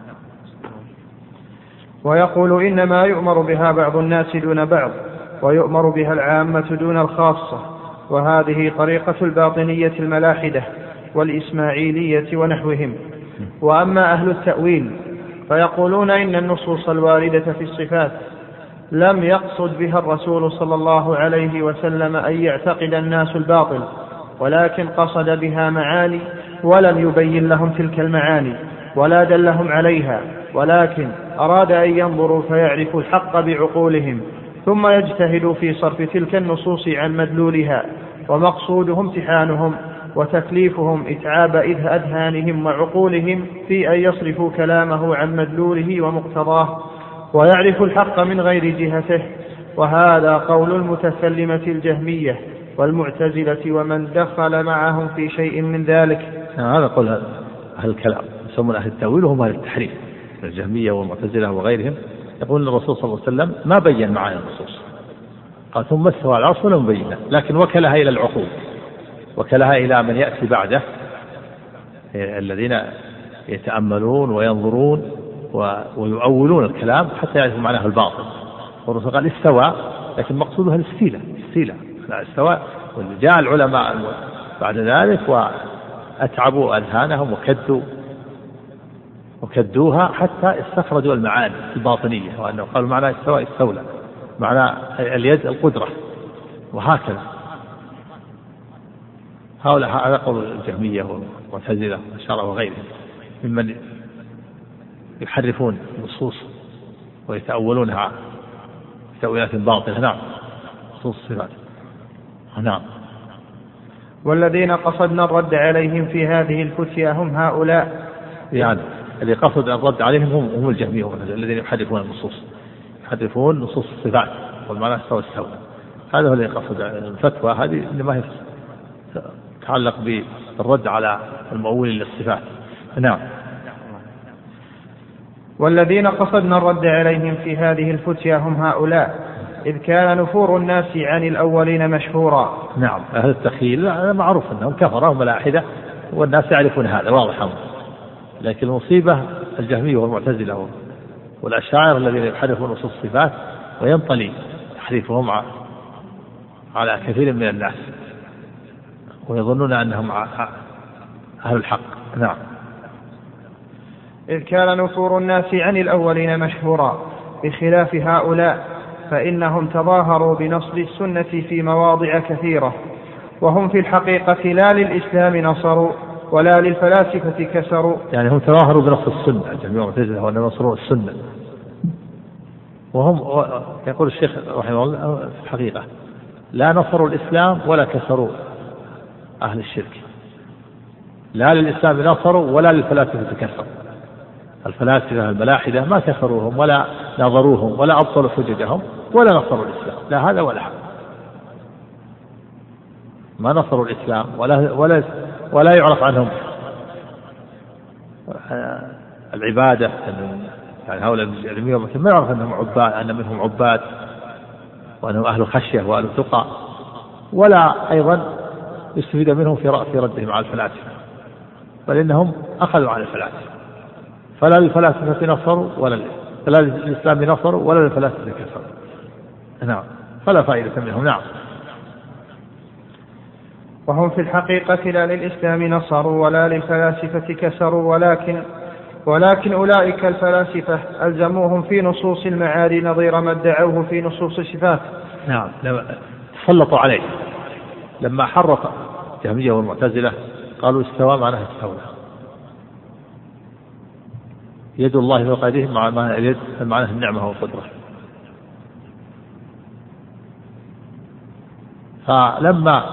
ويقول إنما يؤمر بها بعض الناس دون بعض، ويؤمر بها العامة دون الخاصة، وهذه طريقة الباطنية الملاحدة والإسماعيلية ونحوهم. وأما أهل التأويل فيقولون إن النصوص الواردة في الصفات لم يقصد بها الرسول صلى الله عليه وسلم أن يعتقد الناس الباطل، ولكن قصد بها معاني ولم يبين لهم تلك المعاني ولا دلهم عليها، ولكن أراد أن ينظروا فيعرفوا الحق بعقولهم ثم يجتهدوا في صرف تلك النصوص عن مدلولها، ومقصوده امتحانهم وتكليفهم إتعاب أذهانهم وعقولهم في أن يصرفوا كلامه عن مدلوله ومقتضاه ويعرفوا الحق من غير جهته. وهذا قول المتكلمة الجهمية والمعتزلة ومن دخل معهم في شيء من ذلك. هذا قول أهل الكلام يسمون أهل التأويل وهم أهل التحريف، الجهمية والمعتزلة وغيرهم. يقول الرسول صلى الله عليه وسلم ما بين معاني النصوص، قال ثم استوى على العرش ولم يبينها، لكن وكلها إلى العقول، وكلها إلى من يأتي بعده الذين يتأملون وينظرون ويؤولون الكلام حتى يعرفوا معناه الباطل. والرسول قال استوى، لكن مقصودها الاستيلاء، استيلاء لا استوى. وجاء العلماء بعد ذلك وأتعبوا أذهانهم وكدوا وكدوها حتى استخرجوا المعاني الباطنية، وأنه قالوا معناه استوى استولى، معناه اليد القدرة، وهكذا. هؤلاء هذا قول الجهمية والمعتزلة والأشاعرة وغيرهم ممن يحرفون النصوص ويتأولونها تأويلات باطلة. نعم. نصوص الصفات. نعم. والذين قصدنا الرد عليهم في هذه الفتية هم هؤلاء، يعني اللي قصد الرد عليهم هم هم الجهمية الذين يحرفون النصوص، يحرفون نصوص الصفات والمعنى استوى استولى. هذا هو اللي قصد الفتوى هذه، إنما هي تتعلق بالرد على المؤول للصفات. نعم. والذين قصدنا الرد عليهم في هذه الفتية هم هؤلاء، إذ كان نفور الناس عن الأولين مشهورا. نعم. أهل التخيل معروف أنهم كفروا وملاحدة، والناس يعرفون هذا واضح، لكن المصيبة الجهمية والمعتزلة والأشاعرة الذين يحرفون نصوص الصفات وينطلي تحريفهم على كثير من الناس ويظنون أنهم أهل الحق. نعم. إذ كان نفور الناس عن الأولين مشهورا، بخلاف هؤلاء فإنهم تظاهروا بنصب السنة في مواضع كثيرة، وهم في الحقيقة لا للإسلام نصروا ولا للفلاسفة كسروا. يعني هم تظاهروا بنصب السنة، جميع المعتزلة وأن نصروا السنة، وهم يقول الشيخ رحمه الله في الحقيقة لا نصروا الإسلام ولا كسروا أهل الشرك، لا للإسلام نصروا ولا للفلاسفة كسروا. الفلاسفة الملاحدة ما كسروهم ولا نظروهم ولا أبطلوا حججهم ولا نصروا الإسلام، لا هذا ولا هذا، ما نصروا الإسلام ولا ولا ولا يعرف عنهم العبادة. يعني هؤلاء العلمية ما يعرف أنهم عباد، أن منهم عباد وأنهم أهل خشية وأهل تقى، ولا أيضا يستفيد منهم في رأس ردهم على الفلاسفة، بل إنهم أخذوا على الفلاسفة، فلا للفلاسفة نصروا ولا فلا للإسلام نصروا ولا للفلاسفة كسروا. نعم، فلا فائدة منهم. نعم. وهم في الحقيقة لا للإسلام نصروا ولا للفلاسفة كسروا، ولكن ولكن أولئك الفلاسفة ألزموهم في نصوص المعاد نظير ما ادعوه في نصوص الصفات. نعم، تسلطوا عليه لما حرف الجهمية والمعتزلة قالوا استوى معناها استولى، يد الله فوق أيديهم مع معناها اليد معناها النعمة والقدرة. فلما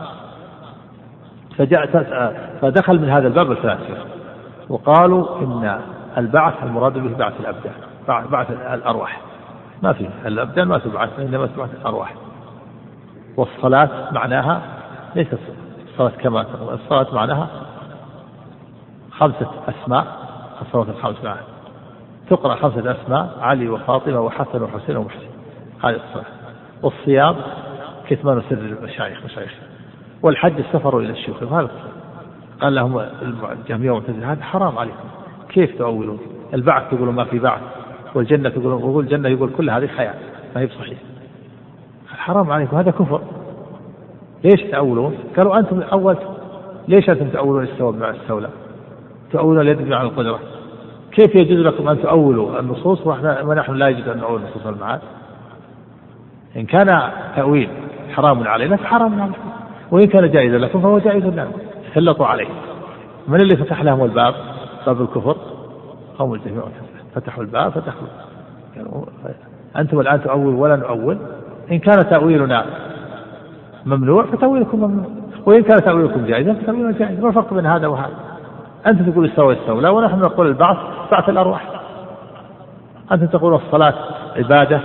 فدخل من هذا الباب الفلاسفة وقالوا إن البعث المراد به بعث الأبدان، بعث الأرواح، ما في الأبدان ما تبعث، إنما تبعث الأرواح. والصلاة معناها ليست الصلاة كما تقول، الصلاة معناها خمسة أسماء، الصلاة الخمس معها تقرأ خمسة أسماء، علي وفاطمة وحسن وحسين ومحسن، هذه الصلاة. والصيام كتمان سر المشايخ مشايخ، والحج السفر إلى الشيوخ. هذا قال لهم الجهمية والمعتزلة هذا حرام عليكم، كيف تؤولون؟ البعث تقولون ما في بعث، والجنة تقولون، ويقول الجنة يقول كل هذه خيال ما هي بصحيح، حرام عليكم، هذا كفر. ليش تأولون؟ قالوا أنتم أول، ليش أنتم تأولون استوى مع استولى؟ تأولون اليد مع القدرة، كيف يجوز لكم أن تأولوا النصوص ونحن لا يجوز أن نأول نصوص المعاد؟ إن كان تأويل حرام علينا فحرام عليكم، وإن كان جائزا لكم فهو جائز لنا. سلطوا عليه. من اللي فتح لهم الباب؟ باب الكفر قوم الجهمية فتحوا الباب، فتحوا يعني أنتم الآن تؤول ولا نؤول، إن كان تأويلنا ممنوع فتأويلكم ممنوع، وإن كان تأويلكم جائزا فتأويلنا جائز. ما الفرق بين هذا وهذا؟ أنت تقول استوى استولى ونحن نقول البعث بعث الأرواح. أنت تقول الصلاة عبادة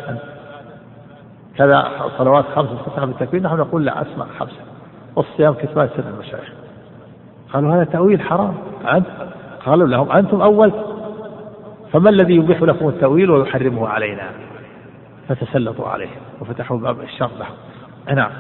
كذا، صلوات خمس وستة بالتكبير، نحن نقول لا أسمع خمسة، والصيام كتمان سر المشايخ. قالوا هذا تأويل حرام. قالوا لهم أنتم أول، فما الذي يبيح لكم التأويل ويحرمه علينا؟ فتسلطوا عليه وفتحوا باب الشر لهم. نعم.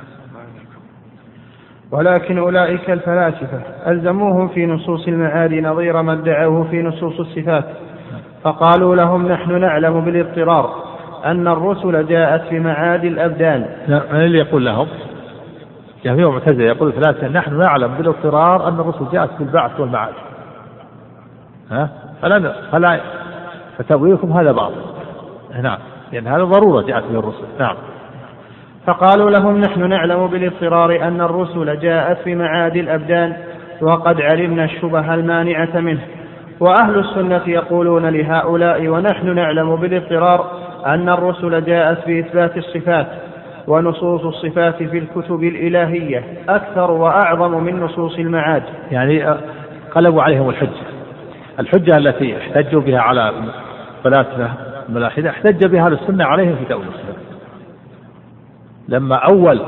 ولكن أولئك الفلاسفة ألزموهم في نصوص المعاد نظير ما ادعوه في نصوص الصفات، فقالوا لهم نحن نعلم بالاضطرار أن الرسل جاءت في معاد الأبدان. من اللي يقول لهم؟ جميع معتزلة يقول الفلاسفة نحن نعلم بالاضطرار أن الرسل جاءت بالبعث والمعاد، ها فلا فلا فتأويلكم هذا باطل. نعم، لأن هذا ضرورة جاءت به الرسل. نعم. فقالوا لهم نحن نعلم بالاضطرار أن الرسل جاءت في معاد الأبدان، وقد علمنا الشبه المانعة منه. وأهل السنة يقولون لهؤلاء ونحن نعلم بالاضطرار أن الرسل جاءت في إثبات الصفات، ونصوص الصفات في الكتب الإلهية أكثر وأعظم من نصوص المعاد. يعني قلبوا عليهم الحجة، الحجة التي احتجوا بها على فلاسفة الملاحدة احتج بها أهل السنة عليهم في تأويل الصفات. لما أول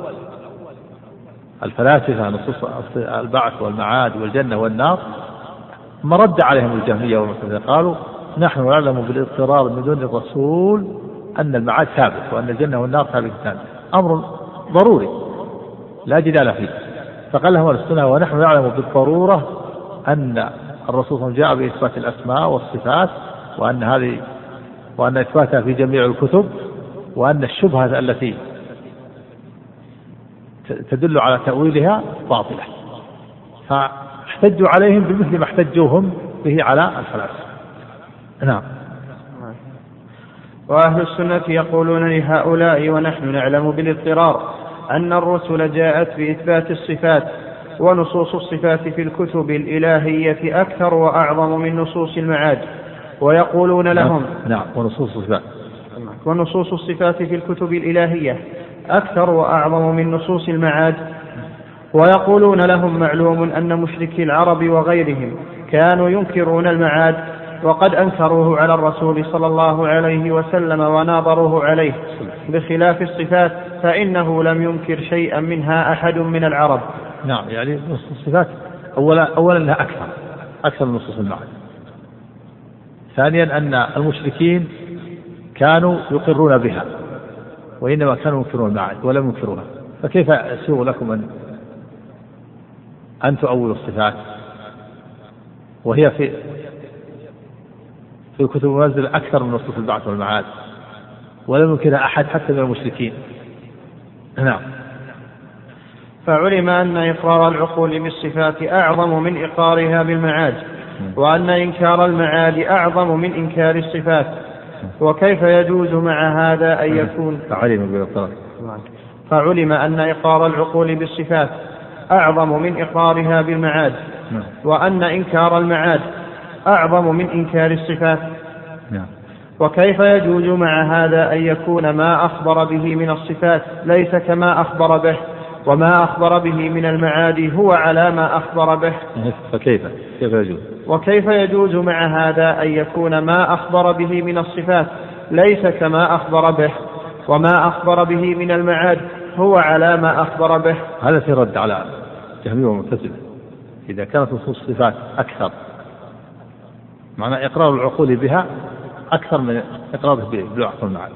الفلاسفة نصوص البعث والمعاد والجنة والنار، ما رد عليهم الجهمية والمعتزلة قالوا نحن نعلم بالاضطرار من دون الرسول أن المعاد ثابت وأن الجنة والنار ثابتان، أمر ضروري لا جدال فيه. فقال لهم السنة ونحن نعلم بالضرورة أن الرسول جاء بإثبات الأسماء والصفات، وأن هذه وأن إثباتها في جميع الكتب، وأن الشبهة التي تدل على تأويلها باطلة. فاحتجوا عليهم بمثل ما احتجوهم به على الفلاسفة. نعم. وأهل السنة يقولون لهؤلاء ونحن نعلم بالاضطرار أن الرسل جاءت بإثبات الصفات، ونصوص الصفات في الكتب الإلهية أكثر وأعظم من نصوص المعاد، ويقولون لهم نعم ونصوص الصفات ونصوص الصفات في الكتب الإلهية أكثر وأعظم من نصوص المعاد، ويقولون لهم معلوم أن مشركي العرب وغيرهم كانوا ينكرون المعاد وقد أنكروه على الرسول صلى الله عليه وسلم وناظروه عليه، بخلاف الصفات فإنه لم ينكر شيئا منها أحد من العرب. نعم يعني نصوص الصفات أولا, أولا لها أكثر أكثر من نصوص المعاد. ثانيا أن المشركين كانوا يقرون بها وإنما كانوا ينكرون المعاد ولم ينكروها، فكيف يسوغ لكم أن أن تؤولوا الصفات وهي في في الكتب المنزلة أكثر من نصوص البعث والمعاد ولم ينكرها أحد حتى من المشركين. نعم. فعلم أن إقرار العقول بالصفات أعظم من إقرارها بالمعاد، وأن إنكار المعاد أعظم من إنكار الصفات، وكيف يجوز مع هذا أن يكون فعلم, فعلم أن إقرار العقول بالصفات أعظم من إقرارها بالمعاد، وأن إنكار المعاد أعظم من إنكار الصفات، وكيف يجوز مع هذا أن يكون ما أخبر به من الصفات ليس كما أخبر به، وما أخبر به من المعاد هو على ما أخبر به. فكيف كيف يجوز وكيف يجوز مع هذا أن يكون ما أخبر به من الصفات ليس كما أخبر به، وما أخبر به من المعاد هو على ما أخبر به. هذا في رد على جهمية والمعتزلة. إذا كانت نصوص الصفات أكثر معنى إقرار العقول بها أكثر من إقرار بالبعث والمعاد،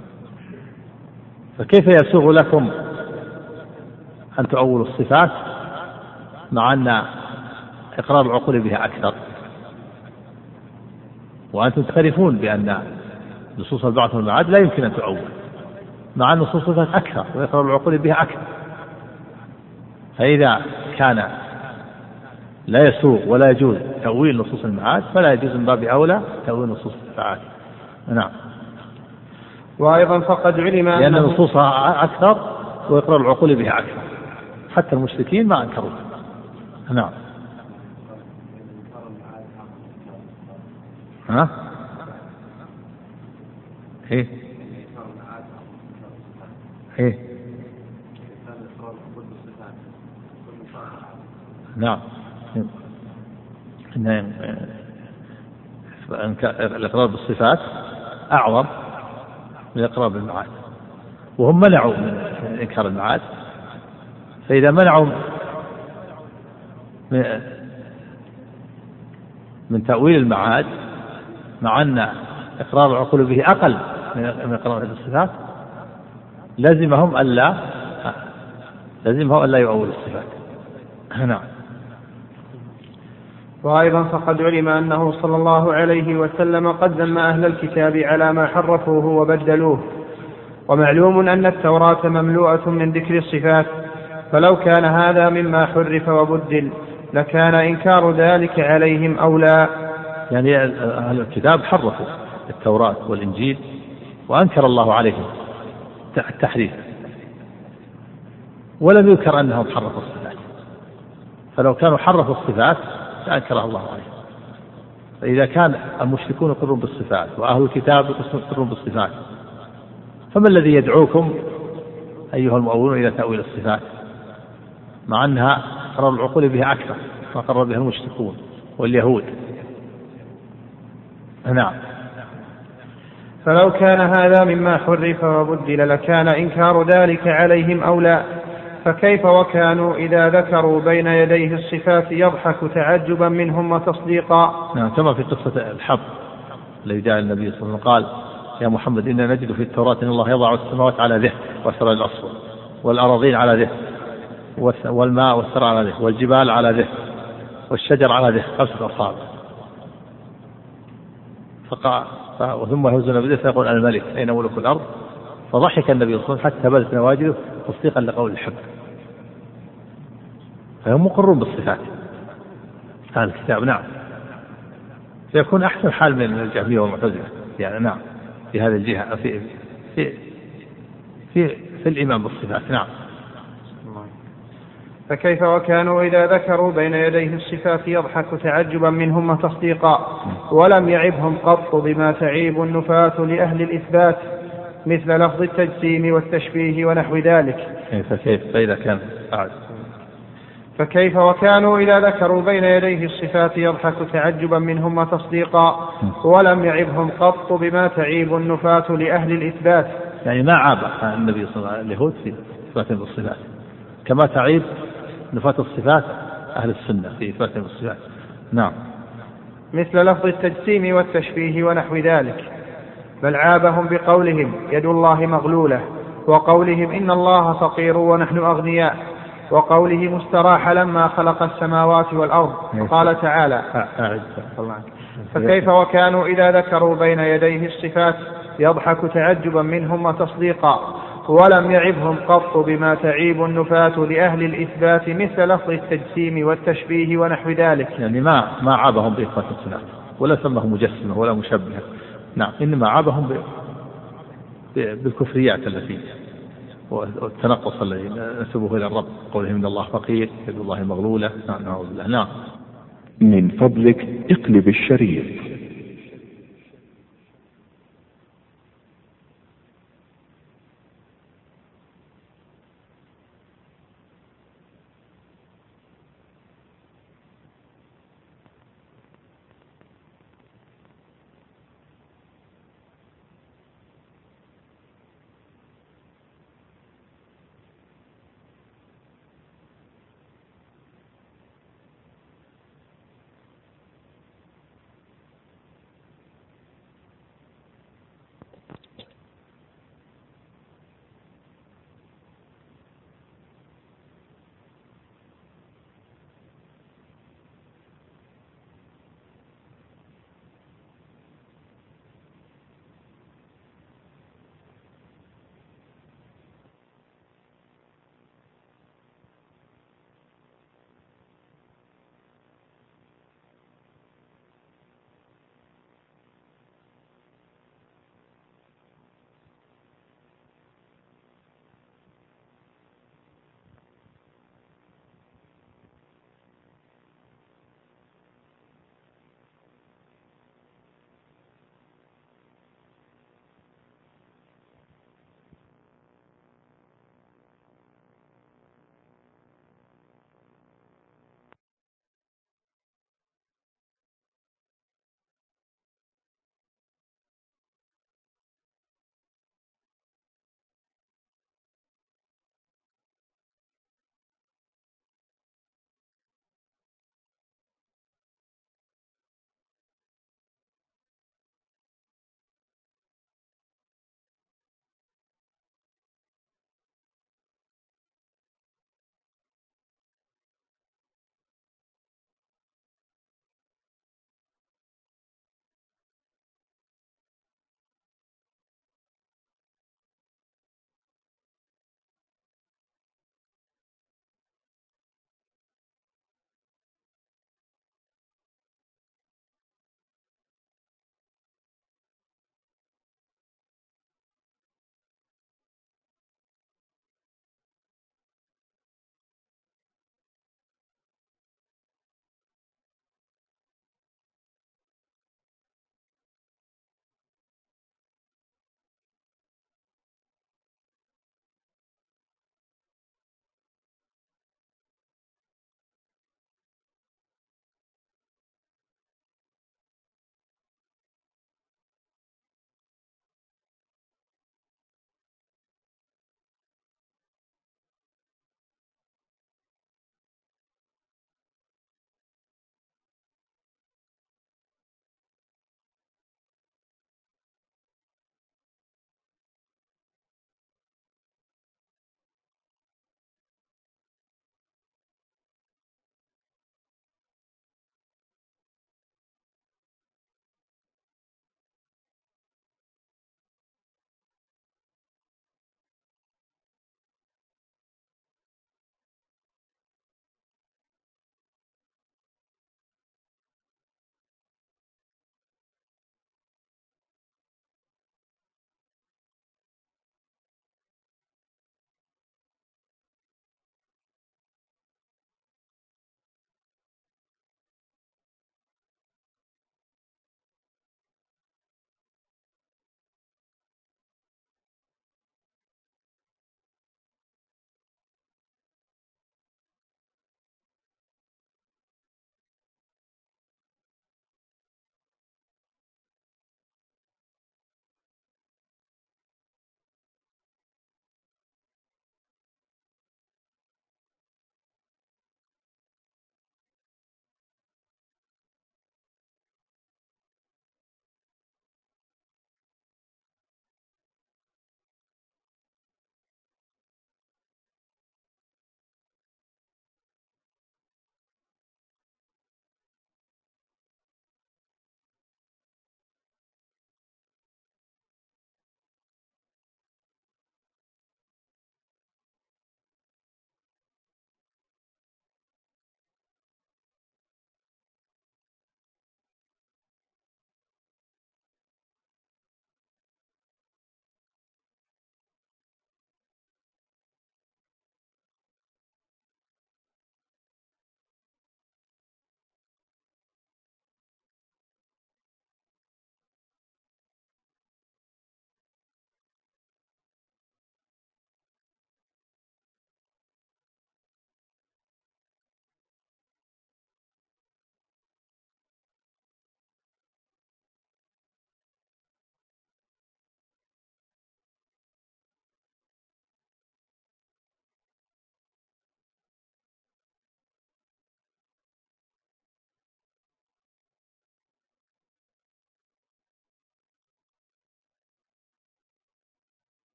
فكيف يسوغ لكم أن تؤولوا الصفات مع أن إقرار العقول بها أكثر، وأنتم تعرفون بأن نصوص البعث والمعاد لا يمكن أن تؤول، مع أن نصوص الصفات أكثر وإقرار العقول بها أكثر. فإذا كان لا يسوغ ولا يجوز تأويل نصوص المعاد فلا يجوز من باب أولى تأويل نصوص الصفات. نعم. وأيضا فقد علم لأن نصوصها أكثر وإقرار العقول بها أكثر، حتى المشركين ما أنكروا. نعم. ها؟ إيه؟ إيه؟ نعم. إن الإقرار بالصفات أعظم من الإقرار بالمعاد، وهم منعوا من إنكار المعاد، فإذا منعوا من تأويل المعاد مع أن إقرار العقول به أقل من إقرار بالصفات لازمهم ألا لازمهم ألا يؤولوا الصفات. نعم. وأيضا فقد علم أنه صلى الله عليه وسلم قد ذم أهل الكتاب على ما حرفوه وبدلوه، ومعلوم أن التوراة مملوءة من ذكر الصفات، فلو كان هذا مما حرف وبدل لكان إنكار ذلك عليهم أولى. يعني أهل الكتاب حرفوا التوراة والإنجيل وأنكر الله عليهم التحريف، ولم يذكر أنهم حرفوا الصفات، فلو كانوا حرفوا الصفات لأنكره الله عليهم. فإذا كان المشركون يقرون بالصفات وأهل الكتاب يقرون بالصفات، فما الذي يدعوكم أيها المؤولون إلى تأويل الصفات مع أنها قرر العقول بها أكثر ما قرر بها المشركون واليهود؟ نعم. فلو كان هذا مما حرف وبدل لكان إنكار ذلك عليهم أولى، فكيف وكانوا إذا ذكروا بين يديه الصفات يضحك تعجبا منهم وتصديقا. نعم. كما في قصة الحب الذي جاء النبي صلى الله عليه وسلم قال يا محمد إنا نجد في التوراة إن الله يضع السماوات على ذه والسراء الأصفر والأراضين على ذه والماء والسراء على ذه والجبال على ذه والشجر على ذه خمسة أصابع، فقال ثم يهزنا بذه فيقول الملك أين ملك الأرض، فضحك النبي صلى الله عليه وسلم حتى بدت نواجذه تصديقا لقول الحب. فهم مقرون بالصفات هذا الكتاب. نعم. سيكون أحسن حال من الجهمية والمعتزلة يعني. نعم. في هذه الجهة في في في, في الإيمان بالصفات. نعم. فكيف وكانوا إذا ذكروا بين يديه الصفات يضحك تعجبا منهم وتصديقا ولم يعبهم قط بما تعيب النفاة لأهل الإثبات مثل لفظ التجسيم والتشبيه ونحو ذلك. فكيف فإذا كان أعد. فكيف وكانوا إذا ذكروا بين يديه الصفات يضحك تعجبا منهم وتصديقا ولم يعبهم قط بما تعيب النفاة لأهل الإثبات. يعني ما عاب النبي صلى الله عليه وسلم اليهود في إثباتهم بالصفات كما تعيب نفاة الصفات أهل السنة في إثباتهم بالصفات. نعم. مثل لفظ التجسيم والتشبيه ونحو ذلك، بل عابهم بقولهم يد الله مغلولة، وقولهم إن الله فقير ونحن أغنياء، وقوله مستراح لما خلق السماوات والأرض. قال تعالى فكيف وكانوا إذا ذكروا بين يديه الصفات يضحك تعجبا منهم وتصديقا ولم يعبهم قط بما تعيب النفاة لأهل الإثبات مثل لفظ التجسيم والتشبيه ونحو ذلك. يعني ما ما عابهم بإثبات الصفات ولا سمه مجسمة ولا مشبهة. نعم. إنما عابهم بالكفريات التي والتنقص الذي نسبه إلى الرب قوله إن الله فقير يد الله مغلولة. نعم. نعوذ بالله. نعم. من فضلك اقلب الشريط.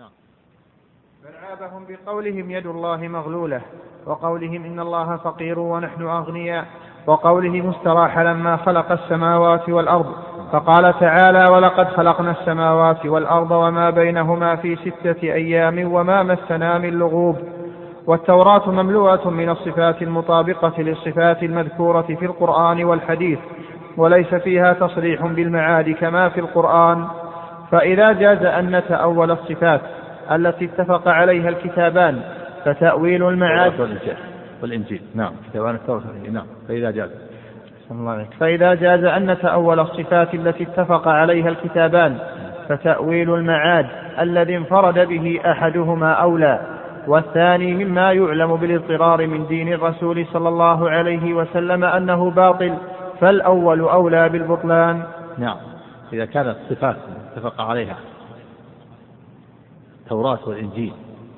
بل عابهم بقولهم يد الله مغلولة، وقولهم إن الله فقير ونحن أغنياء، وقولهم استراح لما خلق السماوات والأرض، فقال تعالى ولقد خلقنا السماوات والأرض وما بينهما في ستة أيام وما مسنا من لغوب. والتوراة مملوءة من الصفات المطابقة للصفات المذكورة في القرآن والحديث، وليس فيها تصريح بالمعاد كما في القرآن. فإذا جاز أن نتأول الصفات التي اتفق عليها الكتابان فتأويل المعاد والإنجيل نعم كتابان التوراة نعم فإذا جاز فإذا جاز أن نتأول الصفات التي اتفق عليها الكتابان فتأويل المعاد الذي انفرد به أحدهما أولى، والثاني مما يعلم بالاضطرار من دين الرسول صلى الله عليه وسلم أنه باطل، فالأول أولى بالبطلان. نعم إذا كانت الصفات اتفق عليها التوراة والإنجيل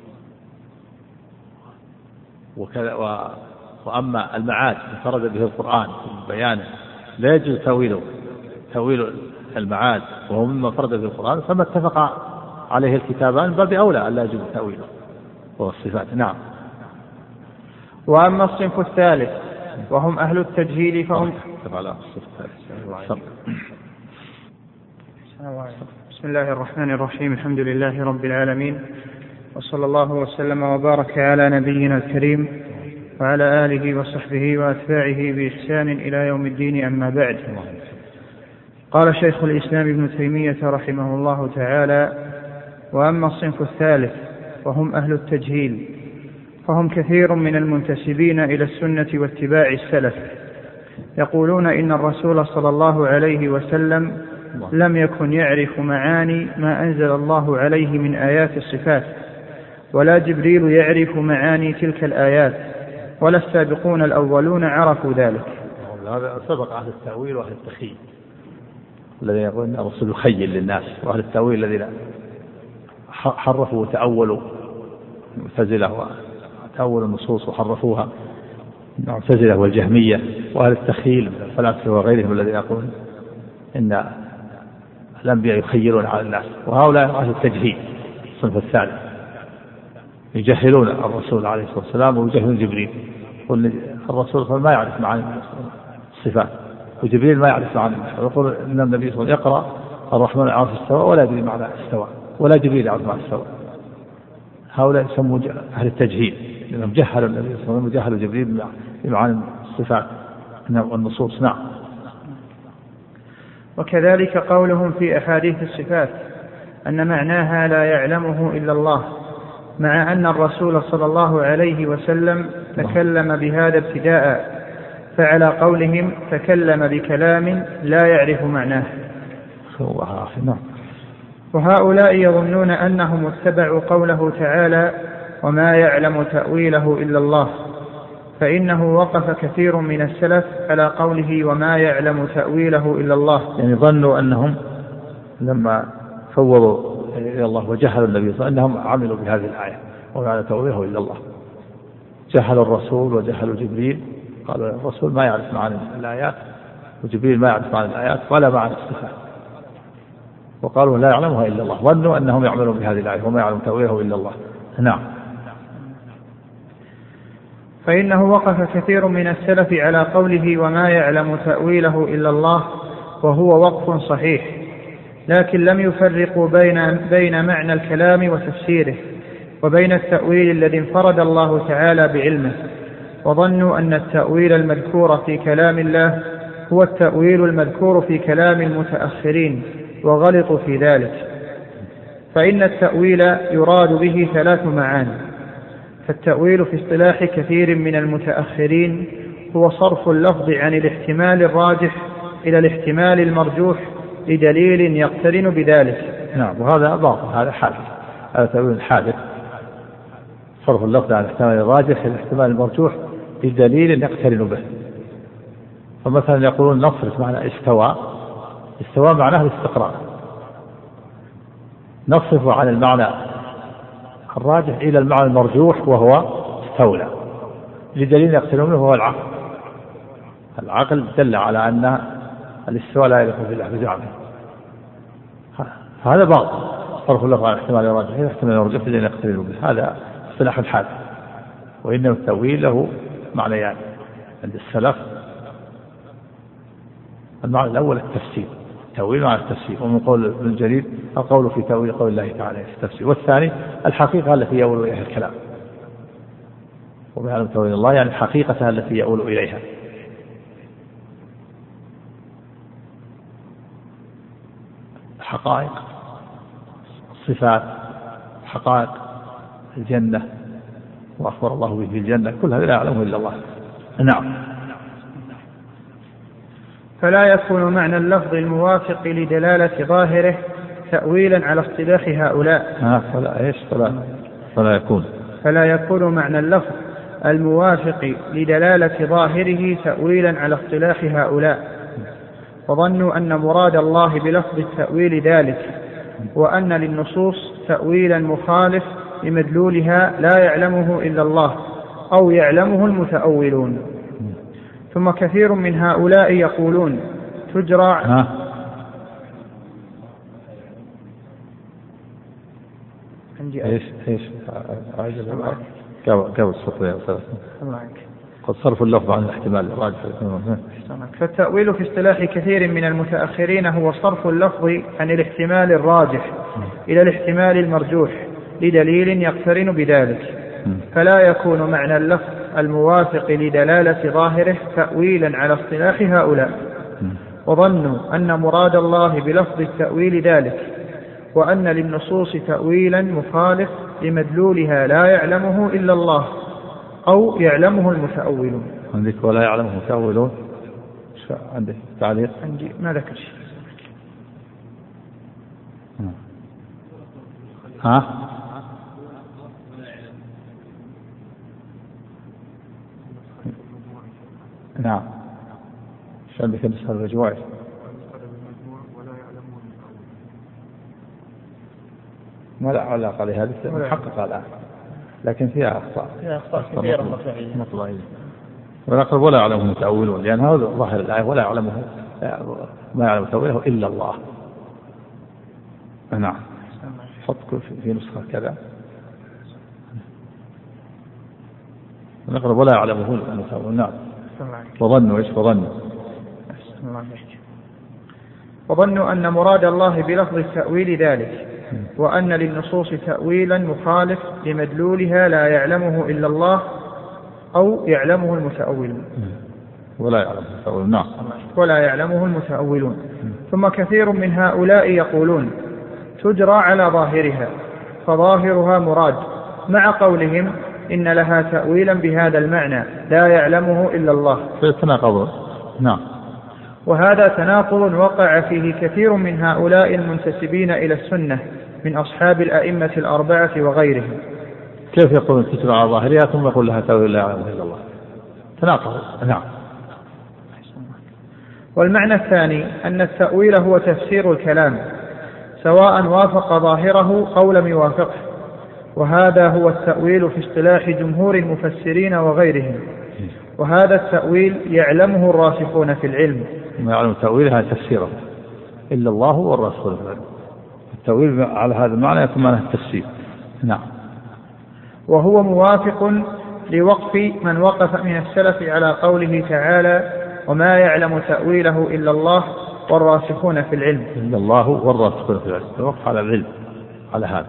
وكذا و... وأما المعاد انفرد به القرآن بيانه لا يجوز تأويله تأويل المعاد وهو مما انفرد به القرآن، فما اتفق عليه الكتابان باب أولى أن لا يجوز تأويله وهو الصفات. نعم. وأما الصنف الثالث وهم أهل التجهيل فهم بسم الله الرحمن الرحيم الحمد لله رب العالمين، وصلى الله وسلم وبارك على نبينا الكريم وعلى آله وصحبه وأتباعه بإحسان إلى يوم الدين. أما بعد، قال شيخ الإسلام ابن تيمية رحمه الله تعالى: وأما الصنف الثالث وهم أهل التجهيل فهم كثير من المنتسبين إلى السنة واتباع السلف، يقولون إن الرسول صلى الله عليه وسلم لم يكن يعرف معاني ما أنزل الله عليه من آيات الصفات، ولا جبريل يعرف معاني تلك الآيات، ولا السابقون الأولون عرفوا ذلك. هذا سبق أهل التأويل وأهل التخيل الذين يقولون أن الرسول يخيل للناس، وأهل التأويل الذين حرفوا وتأولوا المعتزلة وتأولوا النصوص وحرفوها المعتزلة والجهمية، وأهل التخيل من الفلاسفة وغيرهم الذين يقولون إن الأنبياء يخيلون على الناس، وهؤلاء أهل التجهيل الصنف الثالث يجهلون الرسول عليه الصلاة والسلام ويجهلون جبريل. الرسول ما يعرف معاني الصفات وجبريل ما يعرف معاني الصفات، ويقول إن النبي صلى الله عليه وسلم يقرأ الرحمن يعرف استوى ولا يدري معنى استوى، ولا جبريل يعرف معنى استوى. هؤلاء يسموا أهل التجهيل لأنهم جهلوا النبي صلى الله عليه وسلم وجهلوا جبريل بمعاني الصفات والنصوص. نعم. وكذلك قولهم في أحاديث الصفات أن معناها لا يعلمه إلا الله، مع أن الرسول صلى الله عليه وسلم تكلم بهذا ابتداء، فعلى قولهم تكلم بكلام لا يعرف معناه. وهؤلاء يظنون أنهم اتبعوا قوله تعالى وما يعلم تأويله إلا الله، فإنه وقف كثير من السلف على قوله وما يعلم تأويله إلا الله، يعني ظنوا أنهم لما فوضوا إلى الله وجهلوا النبي صلى الله عليه وسلم أنهم عملوا بهذه الآية وما يعلم تأويله إلا الله، جهلوا الرسول وجهلوا جبريل، قالوا الرسول ما يعرف معاني الآيات وجبريل ما يعرف معاني الآيات ولا معنى الصفات، وقالوا لا يعلمها إلا الله، ظنوا أنهم يعملون بهذه الآية وما يعلم تأويله إلا الله. نعم. فإنه وقف كثير من السلف على قوله وما يعلم تأويله إلا الله، وهو وقف صحيح، لكن لم يفرقوا بين بين معنى الكلام وتفسيره وبين التأويل الذي انفرد الله تعالى بعلمه، وظنوا أن التأويل المذكور في كلام الله هو التأويل المذكور في كلام المتأخرين، وغلطوا في ذلك. فإن التأويل يراد به ثلاث معاني. فالتأويل في اصطلاح كثير من المتأخرين هو صرف اللفظ عن الاحتمال الراجح إلى الاحتمال المرجوح لدليل يقترن بذلك. نعم. وهذا باطل، هذا حادث، هذا تأويل حادث، صرف اللفظ عن الاحتمال الراجح إلى الاحتمال المرجوح لدليل يقترن به. فمثلا يقولون نصرف معنى استوى، استوى معناه الاستقرار، نصرف عن المعنى الراجح إلى المعنى المرجوح وهو استولى لدليل يقترن به وهو العقل. العقل دل على أن الاستواء لا يليق بالله بزعمه، هذا باطل. صرف اللفظ عن احتمال الراجح إلى احتمال الراجح الذين يقترنون به، هذا اصطلاح الحال. وإنما التأويل له معنيان يعني عند السلف. المعنى الأول التفسير، تأويل معنى التفسير، ومن قول ابن جرير القول في تأويل قول الله تعالى في التفسير. والثاني الحقيقة التي يؤول إليها الكلام، وبيان تأويل الله يعني الحقيقة التي يؤول إليها. حقائق الصفات، حقائق الجنة وأخبر الله به في الجنة، كل هذا لا يعلمه إلا الله. نعم. فلا يكون معنى اللفظ الموافق لدلالة ظاهره تأويلا على اصطلاح هؤلاء. ها فلا إيش فلا فلا يكون فلا يكون معنى اللفظ الموافق لدلالة ظاهره تأويلا على اصطلاح هؤلاء، وظنوا أن مراد الله بلفظ التأويل ذلك، وأن للنصوص تأويلا مخالف لمدلولها لا يعلمه إلا الله أو يعلمه المتأولون. ثم كثير من هؤلاء يقولون تجرى ها عندي ايش ايش قبل قبل السطر يا أستاذ. قد صرف اللفظ عن الاحتمال الراجح. فالتأويل في اصطلاح كثير من المتأخرين هو صرف اللفظ عن الاحتمال الراجح إلى الاحتمال المرجوح لدليل يقترن بذلك، فلا يكون معنى اللفظ الموافق لدلالة ظاهره تأويلا على اصطلاح هؤلاء، وظنوا أن مراد الله بلفظ التأويل ذلك، وأن للنصوص تأويلا مخالف لمدلولها لا يعلمه إلا الله أو يعلمه المتأولون. عندك ولا يعلمه المتأولون؟ عندك تعليق؟ عندي ما ذكر شيء. ها نعم. شو عندك النسخة الرجوعي؟ ما لا علاقة على هذه محققة الآن، لكن فيها أخطاء فيها أخطاء كثيرة مطلعية. ونقول ولا يعلمه المتأولون، لأن هذا ظاهر الآية ولا يعلمه ما يعلم تأويله إلا الله. نعم. حط في نسخة كذا نقرب ولا يعلمه المتأولون. نعم. وظنوا إيش وظنوا وظنوا أن مراد الله بلفظ التأويل ذلك، وأن للنصوص تأويلا مخالف لمدلولها لا يعلمه إلا الله أو يعلمه المتأولون. ولا يعلمه المتأولون. نعم. ولا يعلمه المتأولون. ثم كثير من هؤلاء يقولون تجرى على ظاهرها، فظاهرها مراد، مع قولهم إن لها تأويلا بهذا المعنى لا يعلمه إلا الله. تناقض. نعم. وهذا تناقض وقع فيه كثير من هؤلاء المنتسبين إلى السنة من أصحاب الأئمة الأربعة وغيرهم. كيف يقولون تجرى على ظاهرها ثم يقول لها تأويل لا يعلمه إلا الله؟ تناقض. نعم. والمعنى الثاني أن التأويل هو تفسير الكلام سواء وافق ظاهره أو لم يوافقه، وهذا هو التأويل في اصطلاح جمهور المفسرين وغيرهم، وهذا التأويل يعلمه الراسخون في العلم. ما يعلم تأويلها تفسيره إلا الله والراسخون في العلم. التأويل على هذا المعنى يكون معنى التفسير. نعم. وهو موافق لوقف من وقف من السلف على قوله تعالى وما يعلم تأويله إلا الله والراسخون في العلم. إلا الله والراسخون في العلم، الوقف على العلم على هذا.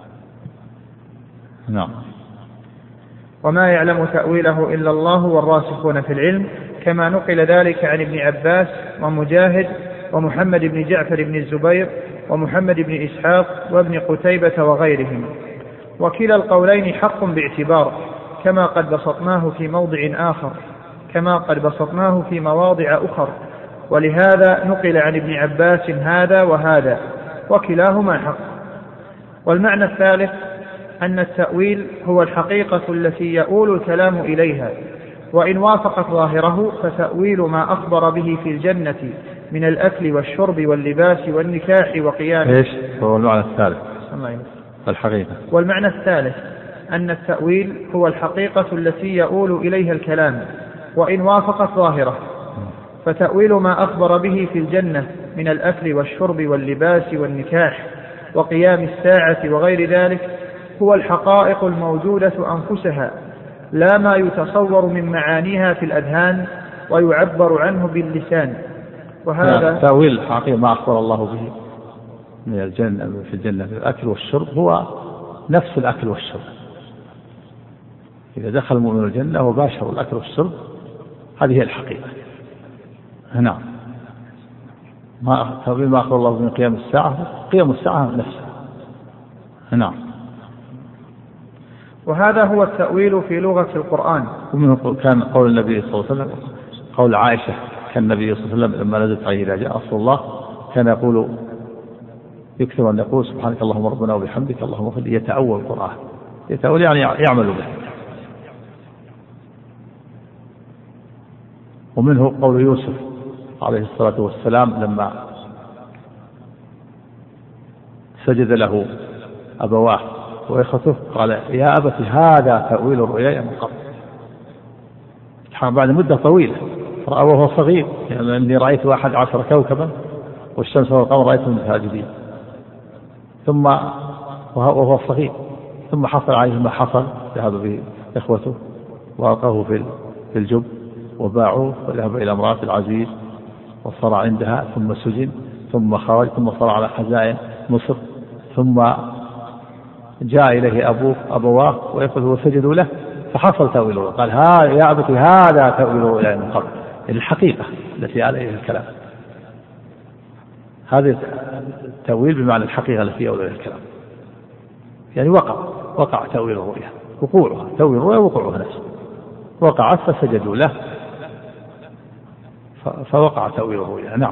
نعم. وما يعلم تأويله إلا الله والراسخون في العلم، كما نقل ذلك عن ابن عباس ومجاهد ومحمد بن جعفر بن الزبير ومحمد بن إسحاق وابن قتيبة وغيرهم. وكلا القولين حق باعتبار، كما قد بسطناه في موضع آخر كما قد بسطناه في مواضع أخر، ولهذا نقل عن ابن عباس هذا وهذا، وكلاهما حق. والمعنى الثالث أن التأويل هو الحقيقة التي يؤول الكلام إليها، وإن وافقت ظاهره فتأويل ما أخبر به في الجنة من الأكل والشرب واللباس والنكاح وقيام. إيش هو المعنى الثالث؟ الحقيقة. والمعنى الثالث أن التأويل هو الحقيقة التي يؤول إليها الكلام، وإن وافقت ظاهره فتأويل ما أخبر به في الجنة من الأكل والشرب واللباس والنكاح وقيام الساعة وغير ذلك هو الحقائق الموجودة أنفسها، لا ما يتصور من معانيها في الأذهان ويعبر عنه باللسان. وهذا تأويل حقيقة ما أخبر الله به من الجنة في الجنة في الأكل والشرب هو نفس الأكل والشرب. إذا دخل المؤمن الجنة وباشر الأكل والشرب هذه هي الحقيقة. نعم. ما تأويل ما أخبر الله من قيام الساعة قيام الساعة نفسها. نعم. وهذا هو التأويل في لغة القرآن. ومنه كان قول النبي صلى الله عليه وسلم، قول عائشة، كان النبي صلى الله عليه وسلم لما نزلت عليه إذا جاء نصر الله كان يقول يكثر أن يقول سبحانك اللهم ربنا وبحمدك اللهم اغفر لي، يتأول القرآن. يتأول يعني يعمل به. ومنه قول يوسف عليه الصلاة والسلام لما سجد له أبواه وإخوته قال يا أبت هذا تأويل الرؤيا من قبل. بعد مدة طويلة رأى وهو صغير، يعني أني رأيت واحد عشر كوكبا والشمس والقمر رأيتهم ساجدين، ثم وهو صغير ثم حصل عليه ما حصل، ذهب به إخوته وألقوه في الجب وباعوه وذهب إلى امرأة العزيز وصار عندها ثم سجن ثم خرج ثم صار على خزائن مصر، ثم جاء إليه أبوه أبواه ويقول وسجدوا له فحصل تأويله. قال ها يا أبت هذا تأويله إلى من قبل، الحقيقة التي عليها الكلام. هذا التأويل بمعنى الحقيقة التي أولى الكلام، يعني وقع وقع تأويل الرؤيا، وقوعها تأويل الرؤيا وقوعها نفسه، وقعت فسجدوا له فوقع تأويل الرؤيا. نعم.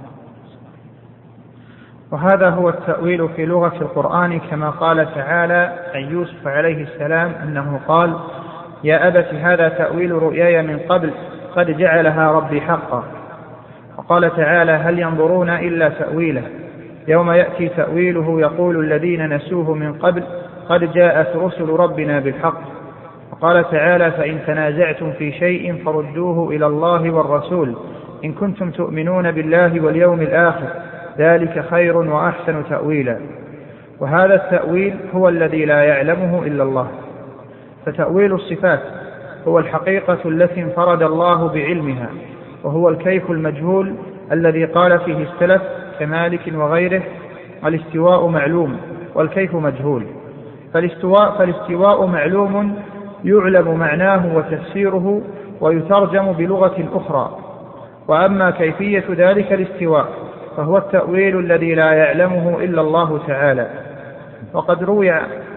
وهذا هو التأويل في لغة القرآن كما قال تعالى عن يوسف عليه السلام أنه قال يا أبت هذا تأويل رؤياي من قبل قد جعلها ربي حقا. وقال تعالى هل ينظرون إلا تأويله يوم يأتي تأويله يقول الذين نسوه من قبل قد جاءت رسل ربنا بالحق. وقال تعالى فإن تنازعتم في شيء فردوه إلى الله والرسول إن كنتم تؤمنون بالله واليوم الآخر ذلك خير وأحسن تأويلا. وهذا التأويل هو الذي لا يعلمه إلا الله. فتأويل الصفات هو الحقيقة التي انفرد الله بعلمها، وهو الكيف المجهول الذي قال فيه السلف كمالك وغيره الاستواء معلوم والكيف مجهول. فالاستواء, فالاستواء معلوم يعلم معناه وتفسيره ويترجم بلغة أخرى. وأما كيفية ذلك الاستواء فهو التأويل الذي لا يعلمه إلا الله تعالى. وقد روي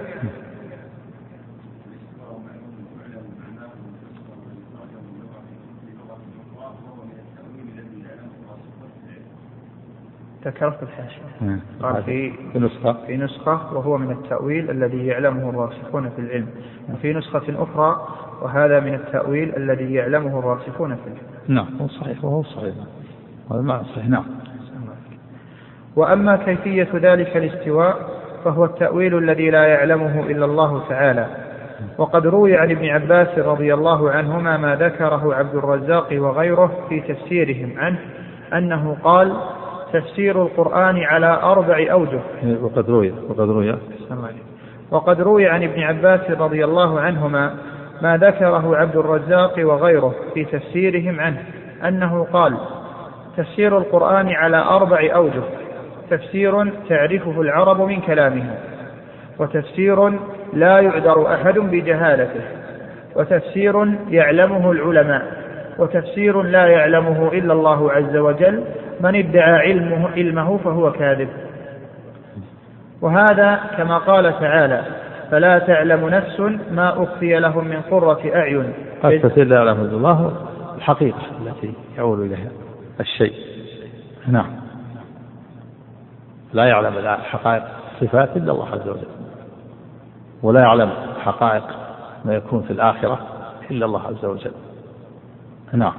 ذكرت الحاشية قال في نسخة في نسخة وهو من التأويل الذي يعلمه الراسخون في العلم، وفي نسخة أخرى وهذا من التأويل الذي يعلمه الراسخون في العلم. نعم هو صحيح وهو صحيح هذا ما صحيح. نعم. وأما كيفية ذلك الاستواء فهو التأويل الذي لا يعلمه إلا الله تعالى. وقد روي عن ابن عباس رضي الله عنهما ما ذكره عبد الرزاق وغيره في تفسيرهم عنه أنه قال تفسير القرآن على أربع أوجه. وقد روي وقد روي وقد روي عن ابن عباس رضي الله عنهما ما ذكره عبد الرزاق وغيره في تفسيرهم عنه أنه قال تفسير القرآن على أربع أوجه: تفسير تعرفه العرب من كلامها، وتفسير لا يعذر أحد بجهالته، وتفسير يعلمه العلماء، وتفسير لا يعلمه إلا الله عز وجل، من ادعى علمه, علمه فهو كاذب. وهذا كما قال تعالى فلا تعلم نفس ما أخفي لهم من قرة أعين. التفسير لا يعلم الله الحقيقة التي يعود إليها الشيء. نعم. لا يعلم حقائق الصفات إلا الله عز وجل، ولا يعلم حقائق ما يكون في الآخرة إلا الله عز وجل. نعم.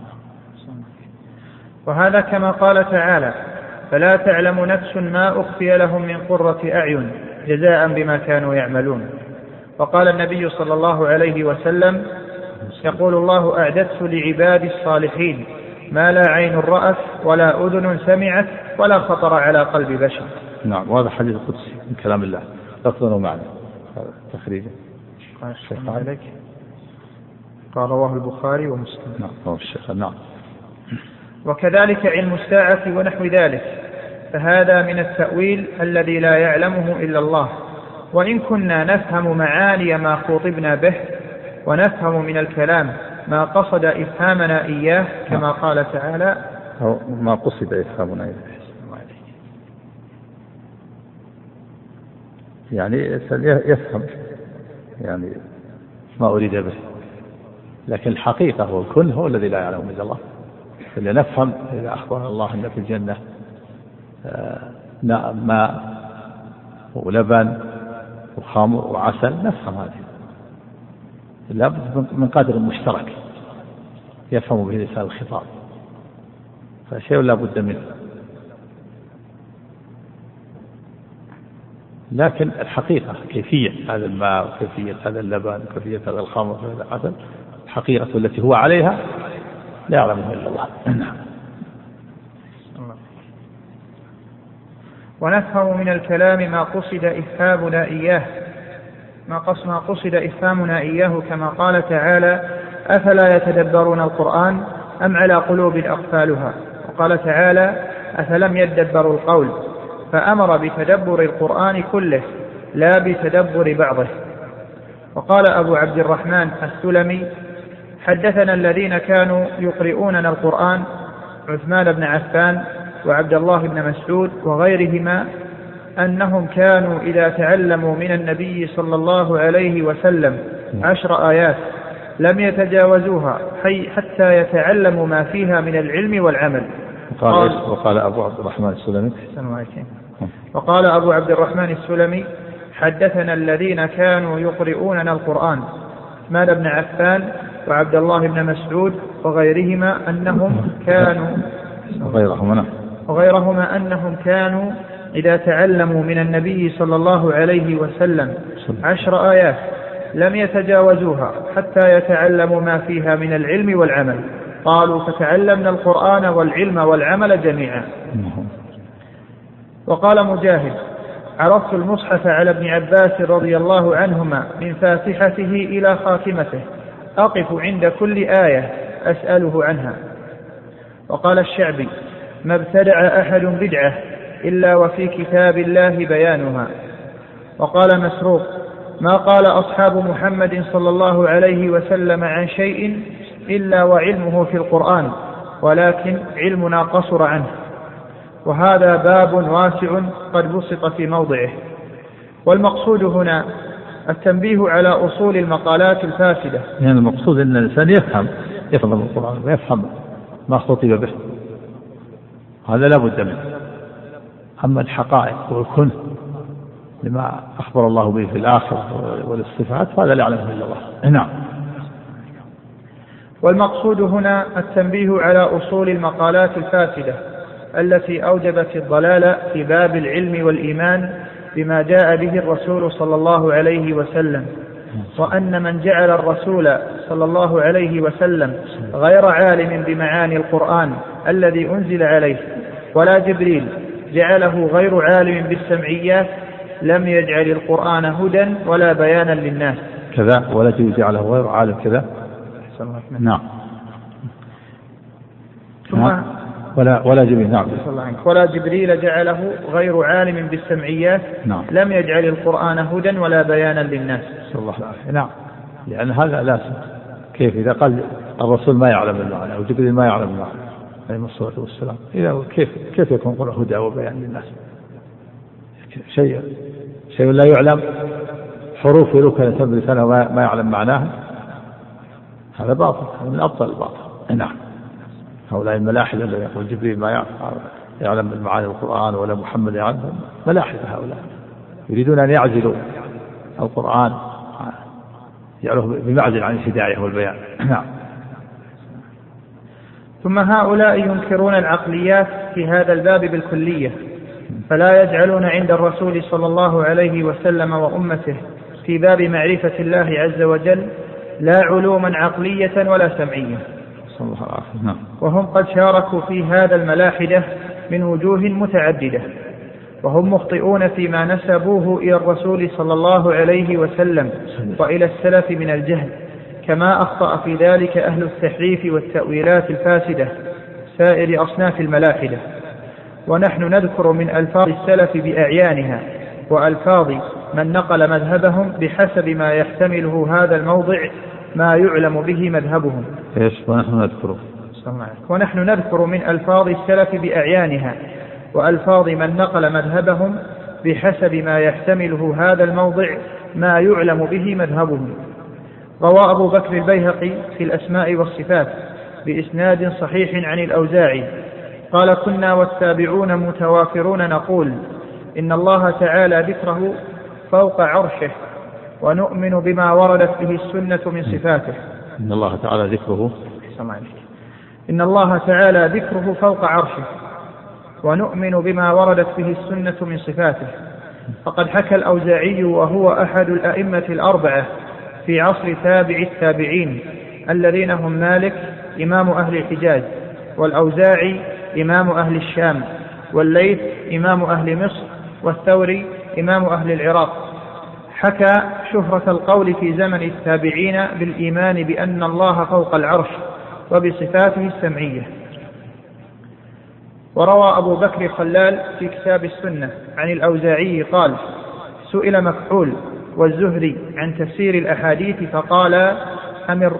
وهذا كما قال تعالى فلا تعلم نفس ما أخفي لهم من قرة أعين جزاء بما كانوا يعملون. وقال النبي صلى الله عليه وسلم يقول الله أعددت لعبادي الصالحين ما لا عين رأت ولا أذن سمعت ولا خطر على قلب بشر. نعم، وهذا حديث قدسي من كلام الله لفظا ومعنى. تخريجه قال الشيخ عليك قال رواه البخاري ومسلم. نعم رواه الشيخ. نعم. وكذلك علم الساعة ونحو ذلك، فهذا من التأويل الذي لا يعلمه إلا الله. وإن كنا نفهم معاني ما خاطبنا به ونفهم من الكلام ما قصد إفهامنا إياه كما قال تعالى أو ما قصد إفهامنا إياه، يعني يفهم يعني ما أريد به، لكن الحقيقة والكل هو الذي لا يعلمه إلا الله. اللي نفهم إذا أخبر الله أن في الجنة ماء ولبن وخمر وعسل، نفهم هذه، لابد من قدر مشترك يفهم به لسان الخطاب، فشيء لا بد منه. لكن الحقيقة كيفية هذا الماء وكيفية هذا اللبن وكيفية هذا الخمر وهذا العسل، الحقيقة التي هو عليها لا يعلمها إلا الله. ونفهم من الكلام ما قصد إفهامنا إياه ما قصد ما قصد إفهامنا إياه كما قال تعالى أفلا يتدبرون القرآن أم على قلوب أقفالها. وقال تعالى أفلم يدبروا القول، فأمر بتدبر القرآن كله لا بتدبر بعضه. وقال أبو عبد الرحمن السلمي حدثنا الذين كانوا يقرؤوننا القرآن عثمان بن عفان وعبد الله بن مسعود وغيرهما أنهم كانوا إذا تعلموا من النبي صلى الله عليه وسلم عشر آيات لم يتجاوزوها حتى يتعلموا ما فيها من العلم والعمل. قال وقال أبو عبد الرحمن السلمي وقال أبو عبد الرحمن السلمي حدثنا الذين كانوا يقرؤوننا القرآن عثمان بن عفان وعبد الله بن مسعود وغيرهما أنهم كانوا وغيرهما وغيرهما أنهم كانوا إذا تعلموا من النبي صلى الله عليه وسلم عشر آيات لم يتجاوزوها حتى يتعلموا ما فيها من العلم والعمل. قالوا فتعلمنا القرآن والعلم والعمل جميعا. وقال مجاهد عرضت المصحف على ابن عباس رضي الله عنهما من فاتحته إلى خاتمته أقف عند كل آية أسأله عنها. وقال الشعبي ما ابتدع أحد بدعة إلا وفي كتاب الله بيانها. وقال مسروق ما قال أصحاب محمد صلى الله عليه وسلم عن شيء إلا وعلمه في القرآن، ولكن علمنا قصر عنه. وهذا باب واسع قد بسط في موضعه. والمقصود هنا التنبيه على أصول المقالات الفاسدة. يعني المقصود أن الإنسان يفهم يفهم القرآن ويفهم ما خطب به، هذا لا بد منه. أما الحقائق والكنه لما أخبر الله به في الآخرة والصفات فهذا لا يعلمه إلا الله. نعم. والمقصود هنا التنبيه على أصول المقالات الفاسدة التي أوجبت الضلال في باب العلم والإيمان بما جاء به الرسول صلى الله عليه وسلم، وأن من جعل الرسول صلى الله عليه وسلم غير عالم بمعاني القرآن الذي أنزل عليه ولا جبريل جعله غير عالم بالسمعيات لم يجعل القرآن هدى ولا بيانا للناس. كذا ولا جعله غير عالم كذا. نعم. ثم ولا ولا جبريل نعم ولا جبريل جعله غير عالم بالسمعيات نعم. لم يجعل القرآن هدى ولا بيانا للناس. صلى الله عليه وسلم. نعم. لأن هذا لازم. كيف إذا قال الرسول ما يعلم المعنى أو جبريل ما يعلم المعنى عليه الصلاة والسلام، إذا كيف كيف يكون القرآن هدى وبيان للناس؟ شيء شيء لا يعلم، حروف يلوك لسانه ما يعلم معناها، هذا باطل من أبطل الباطل. نعم. هؤلاء الملاحدة الذين يقول جبريل ما يعلم المعاني القرآن ولا محمد يعلم، ملاحدة هؤلاء يريدون أن يعزلوا القرآن يعلوه بمعزل عن الهداية والبيان. نعم. ثم هؤلاء ينكرون العقليات في هذا الباب بالكلية، فلا يجعلون عند الرسول صلى الله عليه وسلم وأمته في باب معرفة الله عز وجل لا علوما عقلية ولا سمعية. صلى الله عليه وسلم. وهم قد شاركوا في هذا الملاحدة من وجوه متعددة. وهم مخطئون فيما نسبوه إلى الرسول صلى الله عليه وسلم وإلى السلف من الجهل، كما أخطأ في ذلك أهل التحريف والتأويلات الفاسدة سائر أصناف الملاحدة. ونحن نذكر من ألفاظ السلف بأعيانها وألفاظ من نقل مذهبهم بحسب ما يحتمله هذا الموضع ما يعلم به مذهبهم. إيش ونحن نذكر ونحن نذكر من ألفاظ السلف بأعيانها وألفاظ من نقل مذهبهم بحسب ما يحتمله هذا الموضع ما يعلم به مذهبهم. روى أبو بكر البيهقي في الأسماء والصفات بإسناد صحيح عن الأوزاعي قال: كنا والتابعون متوافرون نقول إن الله تعالى ذكره فوق عرشه ونؤمن بما وردت به السنة من صفاته. إن الله تعالى ذكره إن الله تعالى ذكره فوق عرشه ونؤمن بما وردت به السنة من صفاته. فقد حكى الأوزاعي وهو أحد الأئمة الأربعة في عصر تابع التابعين الذين هم مالك إمام أهل الحجاز، والأوزاعي إمام أهل الشام، والليث إمام أهل مصر، والثوري إمام أهل العراق. حكى شهرة القول في زمن التابعين بالإيمان بأن الله فوق العرش وبصفاته السمعية. وروى أبو بكر الخلال في كتاب السنة عن الأوزاعي قال: سئل مكحول والزهري عن تفسير الأحاديث فقال: أمر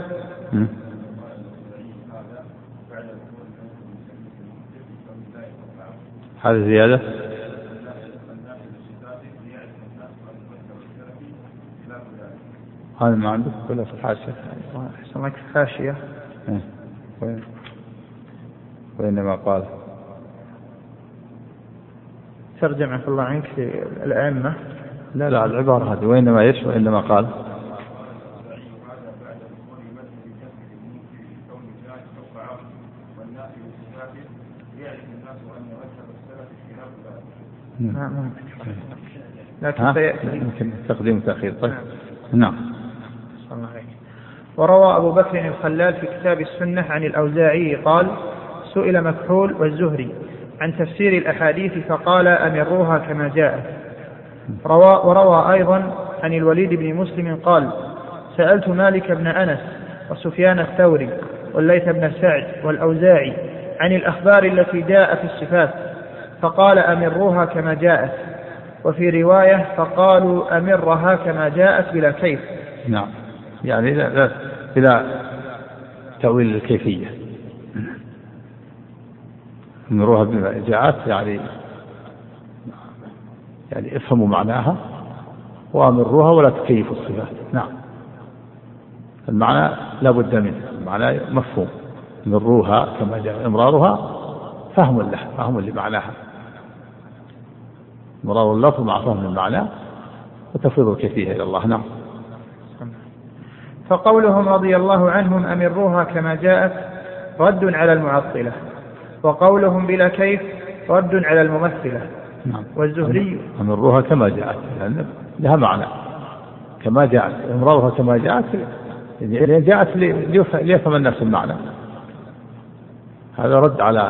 هذه زيادة هذا ما عندك ولا في الحاشية؟ أحسن لك في الحاشية. وين وإنما قال ترجمة الله عنك الأئمة. لا لا العبارة هذه وإنما يش وإنما قال لكن سيأتي يمكن تقديم وتأخير. طيب نعم. وروى أبو بكر الخلال في كتاب السنة عن الأوزاعي قال: سئل مكحول والزهري عن تفسير الأحاديث فقال: أمروها كما جاءت. روى وروى أيضا عن الوليد بن مسلم قال: سألت مالك بن أنس وسفيان الثوري والليث بن سعد والأوزاعي عن الأخبار التي جاء في الصفات فقال: أمروها كما جاءت. وفي رواية فقالوا: أمرها كما جاءت بلا كيف. نعم، يعني لا بلا تأويل الكيفية. أمروها بما جاءت يعني يعني افهموا معناها وأمروها ولا تكيفوا الصفات. نعم، المعنى لا بد منه، المعنى مفهوم. أمروها كما جاء، إمرارها فهم له، فهم لمعناها، مرار اللفظ مع فهم المعنى وتفويض الكيفية إلى الله. نعم. فقولهم رضي الله عنهم أمروها كما جاءت رد على المعطلة، وقولهم بلا كيف رد على الممثلة. نعم. والزهري أمروها كما جاءت لأن لها معنى كما جاءت، إمرارها كما جاءت يعني جاءت ليفهم الناس المعنى. هذا رد على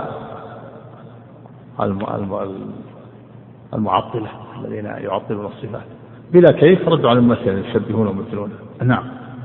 المعطلة الذين يعطلون الصفات. بلا كيف ردوا على الممثلين يشبهون ومثلون. نعم.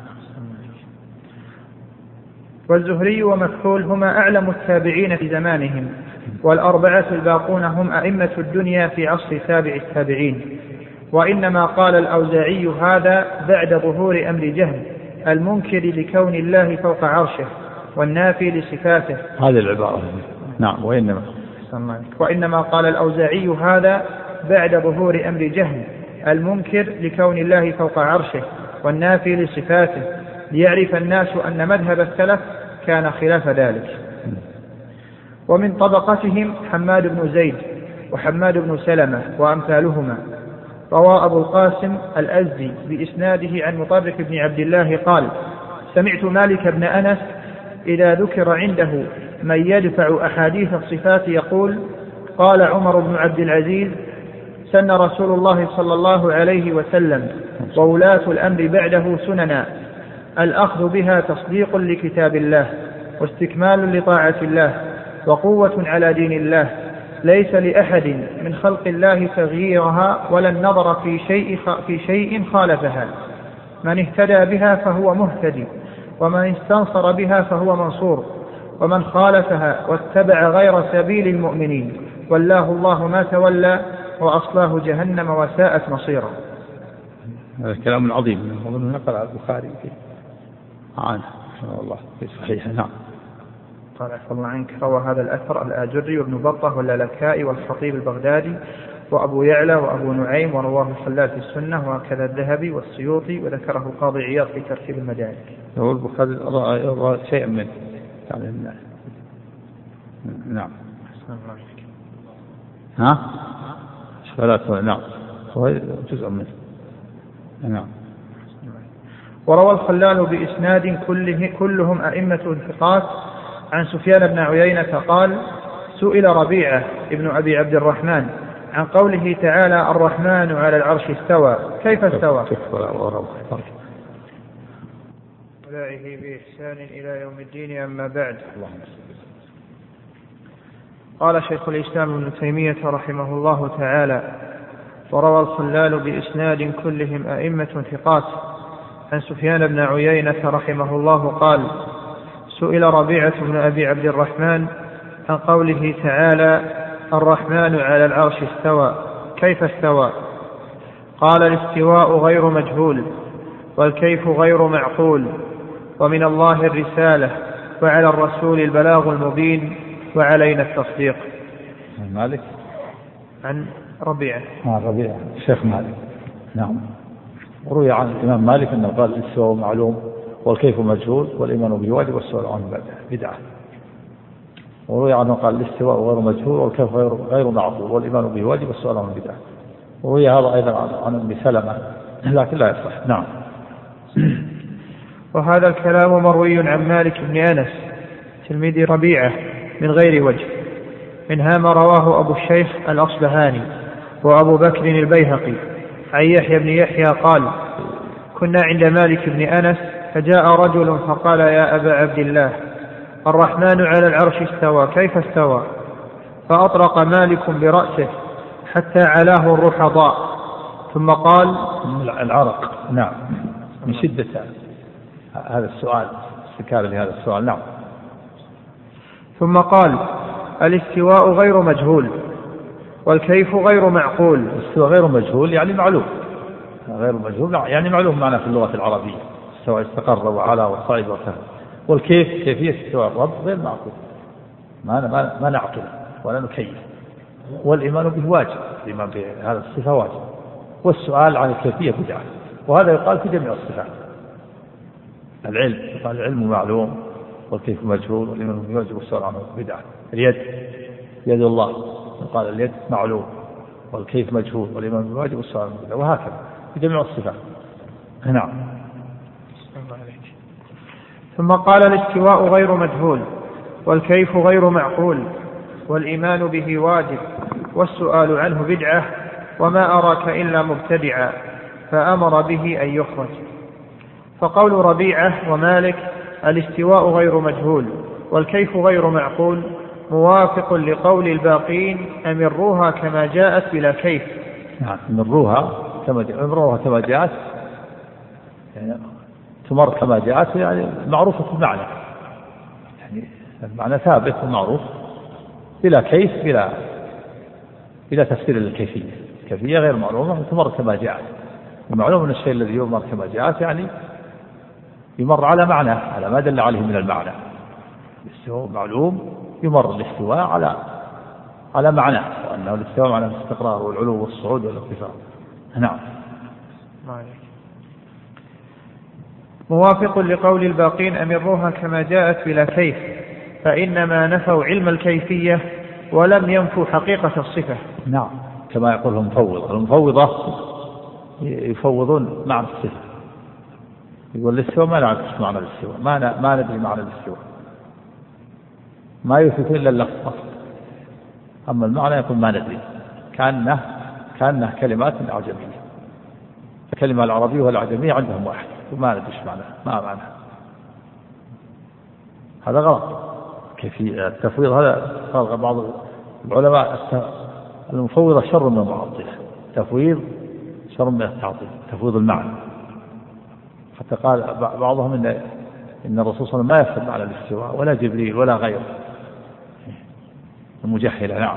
والزهري ومكحول هما أعلم التابعين في زمانهم، والأربعة الباقون هم أئمة الدنيا في عصر تابع التابعين. وإنما قال الأوزاعي هذا بعد ظهور أمر جهل المنكر لكون الله فوق عرشه والنافي لصفاته. هذه العبارة. نعم. وإنما وإنما قال الأوزاعي هذا بعد ظهور أمر جهل المنكر لكون الله فوق عرشه والنافي لصفاته، ليعرف الناس أن مذهب السلف كان خلاف ذلك. ومن طبقتهم حماد بن زيد وحماد بن سلمة وأمثالهما. روى أبو القاسم الأزدي بإسناده عن مطرف بن عبد الله قال: سمعت مالك بن أنس إذا ذكر عنده من يدفع أحاديث الصفات يقول: قال عمر بن عبد العزيز: سن رسول الله صلى الله عليه وسلم وولاة الأمر بعده سننا، الأخذ بها تصديق لكتاب الله واستكمال لطاعة الله وقوة على دين الله، ليس لأحد من خلق الله تغييرها ولا النظر في شيء, في شيء خالفها. من اهتدى بها فهو مهتدي، ومن استنصر بها فهو منصور، ومن خالفها واتبع غير سبيل المؤمنين والله الله ما تولى وأصلاه جهنم وساءت مصيرا. هذا كلام عظيم ومن نقل على البخاري في عنه الله في صحيح. نعم. قال عفى الله عنك: روى هذا الأثر الآجري وابن بطة واللالكائي والخطيب البغدادي وأبو يعلى وأبو نعيم، ورواه الخلال في السنة، وهكذا الذهبي والسيوطي، وذكره القاضي عياض في ترتيب المدارك. هو البخاري رأى شيء من يعني نعم. ها؟ ثلاثة. نعم. هو جزء منه. نعم. وروى الخلال بإسناد كله كلهم أئمة ثقات عن سفيان بن عيينة قال: سئل ربيعة ابن أبي عبد الرحمن عن قوله تعالى: الرحمن على العرش استوى، كيف استوى؟ أولئك بإحسان إلى يوم الدين. أما بعد، قال شيخ الإسلام ابن تيمية رحمه الله تعالى: وروى الخلال بإسناد كلهم أئمة ثقات عن سفيان بن عيينة رحمه الله قال: سئل ربيعة بن أبي عبد الرحمن عن قوله تعالى: الرحمن على العرش استوى، كيف استوى؟ قال: الاستواء غير مجهول، والكيف غير معقول، ومن الله الرسالة، وعلى الرسول البلاغ المبين، وعلينا التصديق. مالك عن ربيعة. عن ربيعة الشيخ مالك. نعم. روي عن الإمام مالك أنه قال: الاستواء معلوم، والكيف مجهول، والإيمان به واجب، والسؤال عنه بدعة. وروي عنه قال: الاستواء غير مجهول، والكيف غير غير معقول، والإيمان به واجب، والسؤال عنه بدعة. وروي هذا أيضا عن أم سلمة لكن لا يصح. نعم. وهذا الكلام مروي عن مالك بن أنس تلميذ ربيعة من غير وجه، منها ما رواه أبو الشيخ الأصبهاني وأبو بكر البيهقي عن يحيى بن يحيى قال: كنا عند مالك بن أنس فجاء رجل فقال: يا أبا عبد الله، الرحمن على العرش استوى، كيف استوى؟ فأطرق مالك برأسه حتى علاه الرحضاء، ثم قال: العرق. نعم. من شدة هذا السؤال، استكار لهذا السؤال. نعم. ثم قال: الاستواء غير مجهول، والكيف غير معقول. الاستواء غير مجهول يعني معلوم، غير مجهول يعني معلوم معناه في اللغة العربية، استوى استقر وعلى وصعد وارتفع. والكيف كيفية استواء الرب غير معقول، ما ما ما نعقل ولا نكيف. والإيمان به واجب، الإيمان بهذا الصفة واجب، والسؤال عن الكيفية بدعة. وهذا يقال في جميع الصفات. العلم يقال: العلم معلوم، والكيف مجهول، والإيمان به واجب، والسؤال عنه بدعة. اليد يد الله، يقال: اليد معلوم، والكيف مجهول، والإيمان به واجب، والسؤال عنه بدعة. وهكذا في جميع الصفات. نعم. ثم قال: الاستواء غير مجهول، والكيف غير معقول، والإيمان به واجب، والسؤال عنه بدعة، وما أراك إلا مبتدعا، فأمر به أن يخرج. فقول ربيعة ومالك: الاستواء غير مجهول، والكيف غير معقول، موافق لقول الباقين: أمروها كما جاءت بلا كيف. نعم. أمروها كما جاءت، أمروها كما جاءت يعني تمر كما جاءت، يعني معروفة المعنى، يعني المعنى ثابت ومعروف بلا كيف، بلا بلا تفسير للكيفية. الكيفية غير معلومة، تمر كما جاءت. المعلوم أن الشيء الذي يمر كما جاءت يعني يمر على معنى، على ما دل عليه من المعنى. الاستواء معلوم، يمر الاستواء على على معنى، وأنه الاستواء معنى الاستقرار والعلو والصعود والارتفاع. نعم. موافق لقول الباقين: أمروها كما جاءت بلا كيف، فإنما نفوا علم الكيفية ولم ينفوا حقيقة الصفة. نعم. كما يقول المفوضة، المفوضة يفوضون معنى الصفة، يقول الاستواء ما نعرف معنى الاستواء، ما ما ندري معنى الاستواء، ما يثبت إلا اللفظ، أما المعنى يقول ما ندري، كأنه كأنه كلمات أعجمية. الكلمة العربية والأعجمية عندهم واحد، وما ندري معنى ما معنى. هذا غلط. كيف التفويض هذا؟ قال بعض العلماء المفوضة شر من المعطلة، تفويض شر من التعطيل، تفويض المعنى. حتى قال بعضهم إن إن الرسول صلى الله عليه وسلم ما يفهم على الاستواء ولا جبريل ولا غيره، المجحلة. نعم.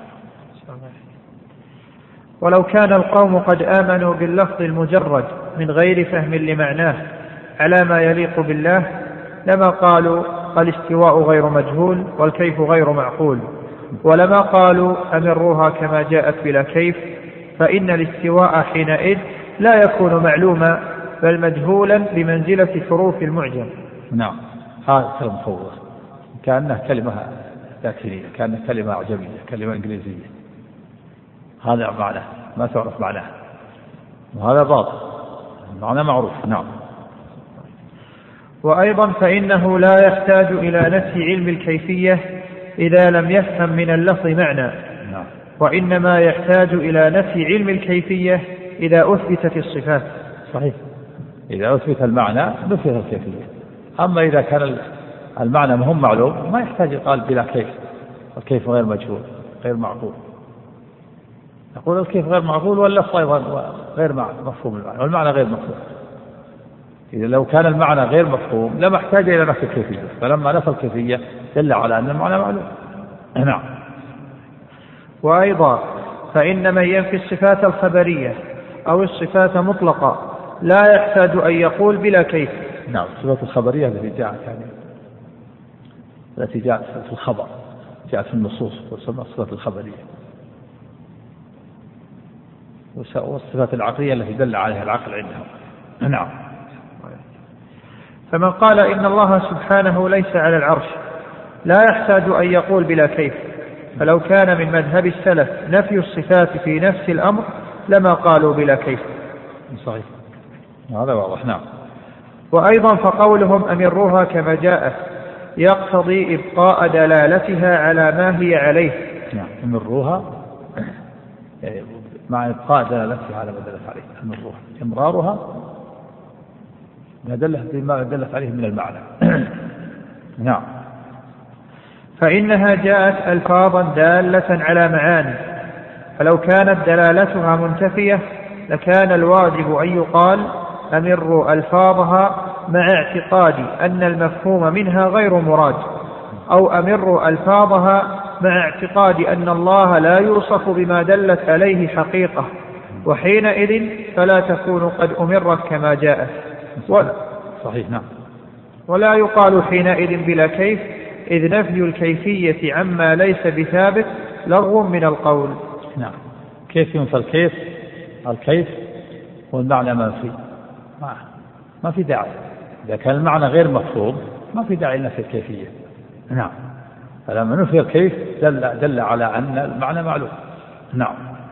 ولو كان القوم قد آمنوا باللفظ المجرد من غير فهم لمعناه على ما يليق بالله لما قالوا الاستواء غير مجهول والكيف غير معقول، ولما قالوا أمروها كما جاءت بلا كيف، فإن الاستواء حينئذ لا يكون معلوما بل مجهولا بمنزلة حروف المعجم. نعم، هذا كلام مفوض، كأنها كلمة لاتينية، كأنها كلمة أعجمية، كلمة إنجليزية، هذا معناه ما تعرف معناه، وهذا باطل، معناه معروف. نعم. وأيضا فإنه لا يحتاج إلى نفي علم الكيفية إذا لم يفهم من اللفظ معنى. نعم. وإنما يحتاج إلى نفي علم الكيفية إذا أثبتت الصفات. صحيح، إذا أثبت المعنى نفي الكيفية. أما إذا كان المعنى مهم معلوم ما يحتاج يقال بلا كيف، الكيف غير مجهول غير معقول. نقول الكيف غير معقول واللفظ أيضا غير مفهوم المعنى والمعنى غير مفهوم. إذا لو كان المعنى غير مفهوم لما احتاج إلى نفي الكيفية، فلما نفى الكيفية دل على أن المعنى معلوم. نعم. وأيضا فإن من ينفي الصفات الخبرية أو الصفات مطلقة لا يحتاج أن يقول بلا كيف. نعم، الصفات الخبرية التي جاءت يعني التي جاءت في الخبر، جاءت في النصوص تسمى الصفات الخبرية، والصفات العقلية التي دل عليها العقل عندهم. نعم. فمن قال إن الله سبحانه ليس على العرش لا يحتاج أن يقول بلا كيف، فلو كان من مذهب السلف نفي الصفات في نفس الأمر لما قالوا بلا كيف. صحيح، هذا واضح. نعم. وأيضا فقولهم أمروها كما جاءت يقتضي إبقاء دلالتها على ما هي عليه. نعم، أمروها مع إبقاء دلالتها على ما دلت عليه. أمروها إمرارها ما دلت بما دلت عليه من المعنى. نعم. فإنها جاءت ألفاظا دالة على معاني، فلو كانت دلالتها منتفية لكان الواجب أن يقال أمروا ألفاظها مع اعتقاد أن المفهوم منها غير مراد، أو أمروا ألفاظها مع اعتقاد أن الله لا يوصف بما دلت عليه حقيقة، وحينئذ فلا تكون قد أمرت كما جاءت. ولا صحيح. نعم. ولا يقال حينئذ بلا كيف، إذ نفي الكيفية عما ليس بثابت لغو من القول. نعم. كيف ينفى الكيف؟ الكيف والمعنى منفي، ما ما في داعي. إذا كان المعنى غير مفهوم ما في داعي لنفي الكيفية. نعم. فلما نفي الكيف دل, دل على أن المعنى معلوم. نعم.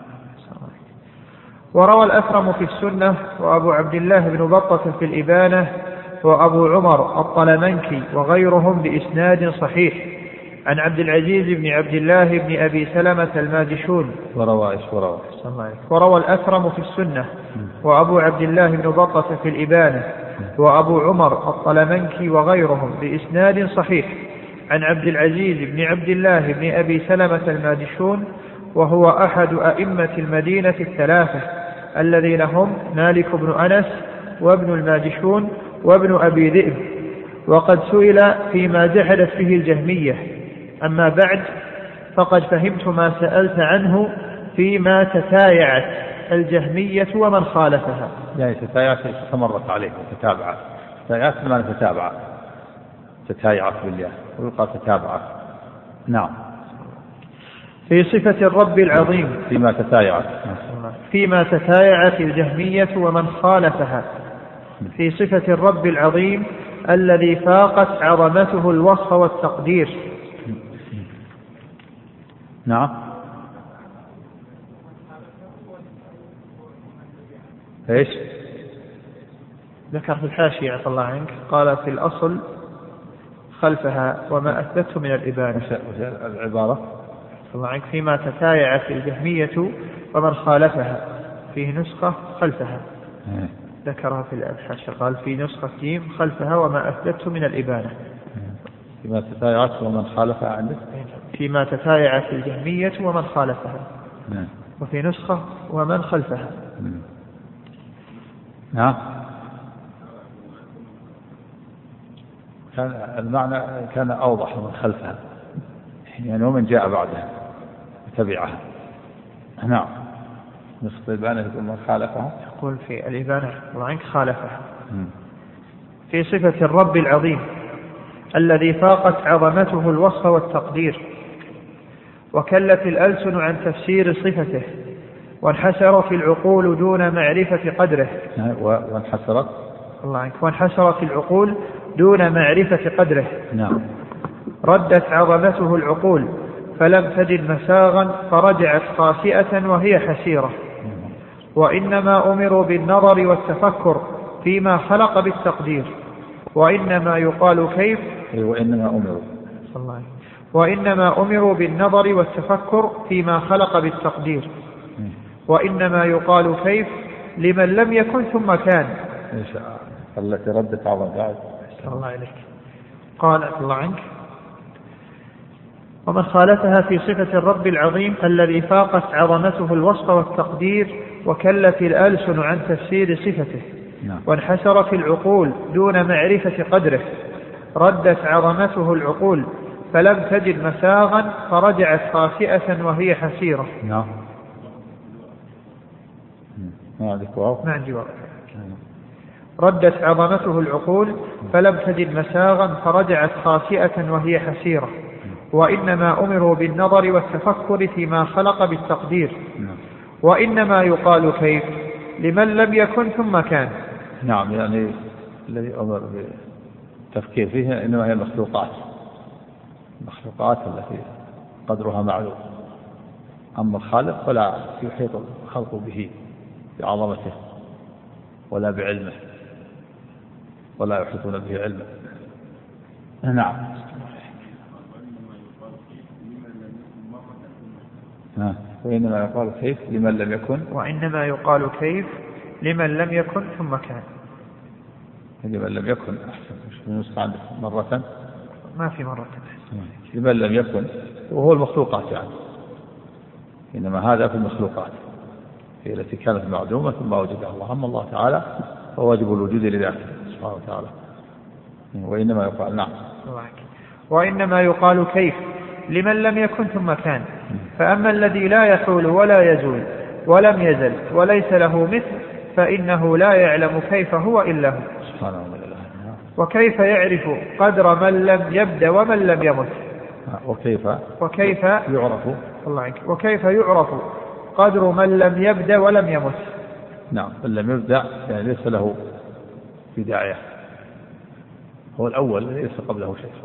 وروى الأثرم في السنة وأبو عبد الله بن بطة في الإبانة وأبو عمر الطلمنكي وغيرهم بإسناد صحيح عن عبد العزيز بن عبد الله بن أبي سلمة الماجشون. وروى وروى وروى الأثرم في السنة وأبو عبد الله بن بطة في الإبانة وأبو عمر الطلمنكي وغيرهم بإسناد صحيح عن عبد العزيز بن عبد الله بن أبي سلمة الماجشون، وهو أحد أئمة المدينة الثلاثة الذين هم مالك بن أنس وابن الماجشون وابن أبي ذئب، وقد سئل فيما جحدت به الجهمية. أما بعد فقد فهمت ما سألت عنه فيما تتايعت الجهمية ومن خالفها. يعني تتايعت استمرت عليه وتتابعت، تتايعت ما تتابعت، تتايعت بالله ويقال تتابعت. نعم. في صفة الرب العظيم فيما تتايعت فيما تتايعت الجهمية ومن خالفها في صفة الرب العظيم الذي فاقت عظمته الوصف والتقدير. نعم. ايش ذكر في الحاشية عفى الله عنك قال في الأصل خلفها وما أثبته من الإبانة. العبارة الله عنك فيما تتايعت الجهمية ومن خالفها فيه نسخة خلفها. ذكرها في الحاشية قال في نسخة جيم خلفها وما أثبته من الإبانة. فيما تتايعت ومن خالفها عندك فيما تتايعت الجهمية ومن خالفها. نعم. وفي نسخة ومن خلفها. نعم. كان المعنى كان أوضح من خلفها، يعني ومن جاء بعدها تبعها. نعم. نسخة الإبانة يقول من خالفها، يقول في الإبانة الله عنك خالفها. م. في صفة الرب العظيم الذي فاقت عظمته الوصف والتقدير، وكلت الألسن عن تفسير صفته، وانحسرت العقول دون معرفة قدره. وانحسرت الله عنك وانحسرت العقول دون معرفة قدره. نعم. ردت عظمته العقول فلم تجد مساغا فرجعت خاسئة وهي حسيرة. وإنما أمروا بالنظر والتفكر فيما خلق بالتقدير، وإنما يقال كيف وإنما أمروا الله وإنما أمروا بالنظر والتفكر فيما خلق بالتقدير، وإنما يقال كيف لمن لم يكن ثم كان. التي ردت عظمة الله عليك. قال الله عنك ومن خالفها في صفة الرب العظيم الذي فاقت عظمته الوصف والتقدير، وكلت الألسن عن تفسير صفته، نعم. وانحسرت العقول دون معرفة قدره، ردت عظمته العقول فلم تجد مساغا فرجعت خاسئة وهي حسيرة. نعم. ما عندي واو. ردت عظمته العقول فلم تجد مساغا فرجعت خاسئة وهي حسيرة، وإنما أمروا بالنظر والتفكر فيما خلق بالتقدير، وإنما يقال كيف لمن لم يكن ثم كان. نعم. يعني الذي أمر بالتفكير فيها إنما هي المخلوقات، المخلوقات التي قدرها معلوم. أما الخالق فلا يحيط الخلق به بعظمته ولا بعلمه، ولا يحيطون به علما. نعم. وإنما يقال كيف لمن لم يكن وإنما يقال كيف لمن لم يكن ثم كان. لمن لم يكن أحسن من نسخة عندك مرة ما في مرة لمن لم يكن، وهو المخلوقات يعني. إنما هذا في المخلوقات هي التي كانت معدومة ثم وجدها الله. أما الله تعالى فواجب الوجود لذاته سبحانه وتعالى. وإنما يقال نعم. وإنما يقال كيف لمن لم يكن ثم كان. فأما الذي لا يحول ولا يزول ولم يزل وليس له مثل فإنه لا يعلم كيف هو إلا هو سبحانه وتعالى. وكيف يعرف قدر من لم يبد ومن لم يمت. وكيف وكيف يعرف الله عنك وكيف يعرف قدر من لم يبد ولم يمت. نعم. من لم يبدأ يعني ليس له بداية، هو الأول ليس قبله شيء،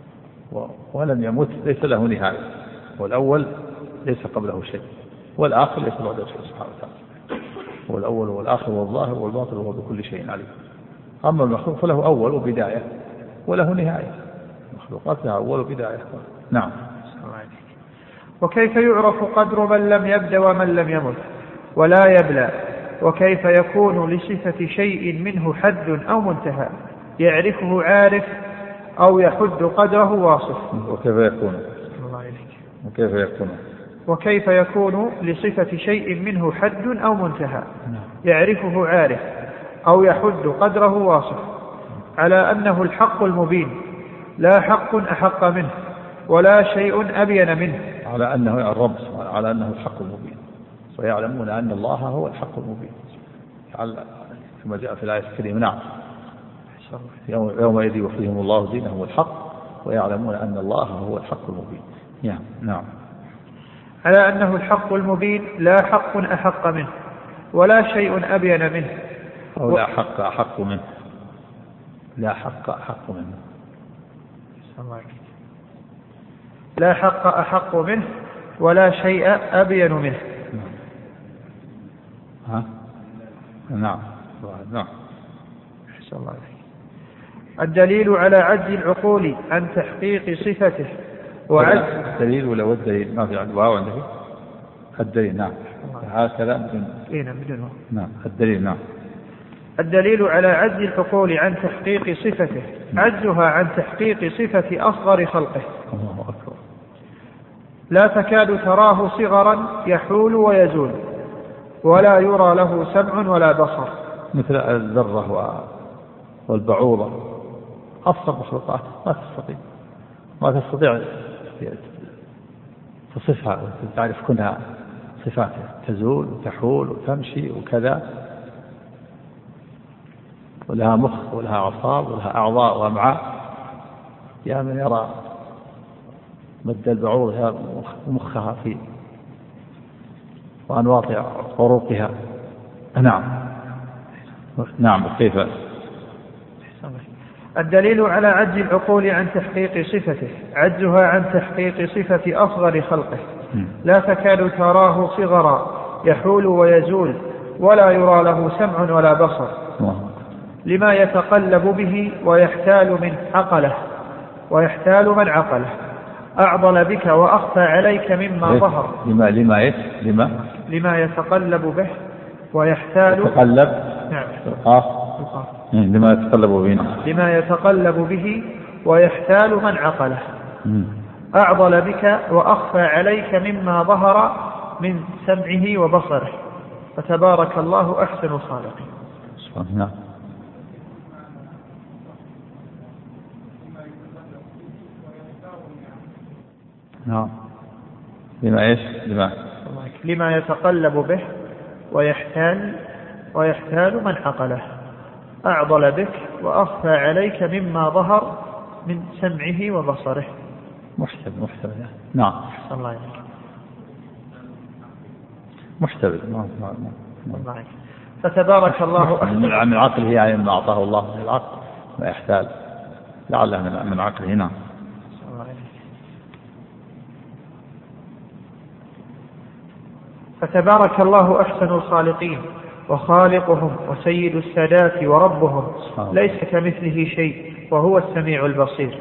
ولم يمت ليس له نهاية. هو الأول ليس قبله شيء، والآخر ليس بعده شيء سبحانه وتعالى. هو الأول والآخر والظاهر والباطن وهو بكل شيء عليم. أما المخلوق فله أول وبداية وله نهاية، المخلوقات لها أول وبداية. نعم. وكيف يعرف قدر من لم يبد ومن لم يمت ولا يبلى، وكيف يكون لصفة شيء منه حد أو منتهى يعرفه عارف أو يحد قدره واصف. وكيف يكون وكيف يكون وكيف يكون لصفة شيء منه حد أو منتهى يعرفه عارف أو يحد قدره واصف، على أنه الحق المبين لا حق أحق منه ولا شيء أبين منه. على أنه الرب على أنه الحق المبين، ويعلمون أن الله هو الحق المبين كما جاء في الآية الكريمة. نعم. يومئذ يوفيهم الله دينهم الحق ويعلمون أن الله هو الحق المبين. نعم. نعم. على أنه الحق المبين لا حق أحق منه ولا شيء أبين منه. أو لا حق أحق منه لا حق أحق منه لا حق أحق منه ولا شيء أبين منه. ها؟ نعم. نعم. أحسن الله عليك. الدليل على عجز العقول عن تحقيق صفته وعجز الدليل ولا والدليل ما في عند واو عندك الدليل. نعم. هكذا بدون إيه بدون نعم. الدليل. نعم. الدليل على عجز العقول عن تحقيق صفته عجزها عن تحقيق صفة أصغر خلقه. الله أكبر. لا تكاد تراه صغرا يحول ويزول ولا يرى له سمع ولا بصر. مثل الذرة والبعوضة أصغر مخلوقات ما تستطيع ما تستطيع تصفها وتعرف كونها صفاتها، تزول وتحول وتمشي وكذا، ولها مخ ولها أعصاب ولها أعضاء وأمعاء. يا من يرى مد البعوض مخها في وأنواط عروقها. نعم نعم. كيف؟ الدليل على عجز العقول عن تحقيق صفته عجزها عن تحقيق صفة أصغر خلقه. لا تكاد تراه صغرا يحول ويزول ولا يرى له سمع ولا بصر لما يتقلب به ويحتال من عقله ويحتال من عقله. أعضل بك وأخفى عليك مما ظهر. لما لما إيه؟ لما لما يتقلب به ويحتال يتقلب. نعم. القاف. لما يتقلب به. لما يتقلب به ويحتال من عقله. أعضل بك وأخفى عليك مما ظهر من سمعه وبصره. فتبارك الله أحسن الخالقين. نعم. نعم. لما إيش؟ لما لما يتقلب به ويحتال ويحتال من عقله. أعضل بك وأخفى عليك مما ظهر من سمعه وبصره. محتمل محتمل. نعم. الله عليك. محتمل. نعم نعم. فتبارك الله أحسن. من عقله يعني ما أعطاه الله من العقل ما يحتال لعله من عقله. نعم. فتبارك الله أحسن الخالقين وخالقهم وسيد السادات وربهم ليس كمثله شيء وهو السميع البصير.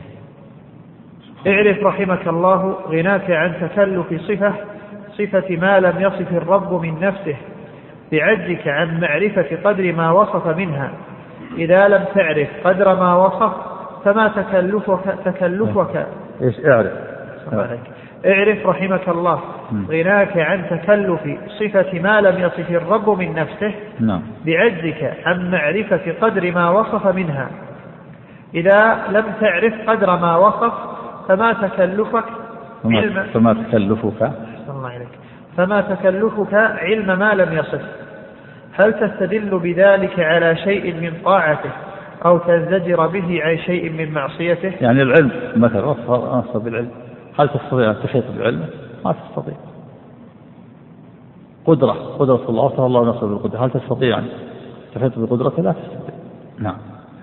اعرف رحمك الله غناك عن تكلف صفة صفة ما لم يصف الرب من نفسه بعجزك عن معرفة قدر ما وصف منها. إذا لم تعرف قدر ما وصف فما تكلفك تكلفك إيش اعرف اعرف رحمك الله غناك عن تكلف صفة ما لم يصف الرب من نفسه بعجزك عن معرفة قدر ما وصف منها. إذا لم تعرف قدر ما وصف فما تكلفك علم فما تكلفك فما تكلفك علم ما لم يصف. هل تستدل بذلك على شيء من طاعته أو تزدجر به عن شيء من معصيته؟ يعني العلم مثلا أصف بالعلم، هل تستطيع أن تحيط بعلمه؟ ما تستطيع. قدرة قدرة الله وصف الله نفسه بالقدرة، هل تستطيع أن تحيط بقدرته؟ لا تستطيع. نعم.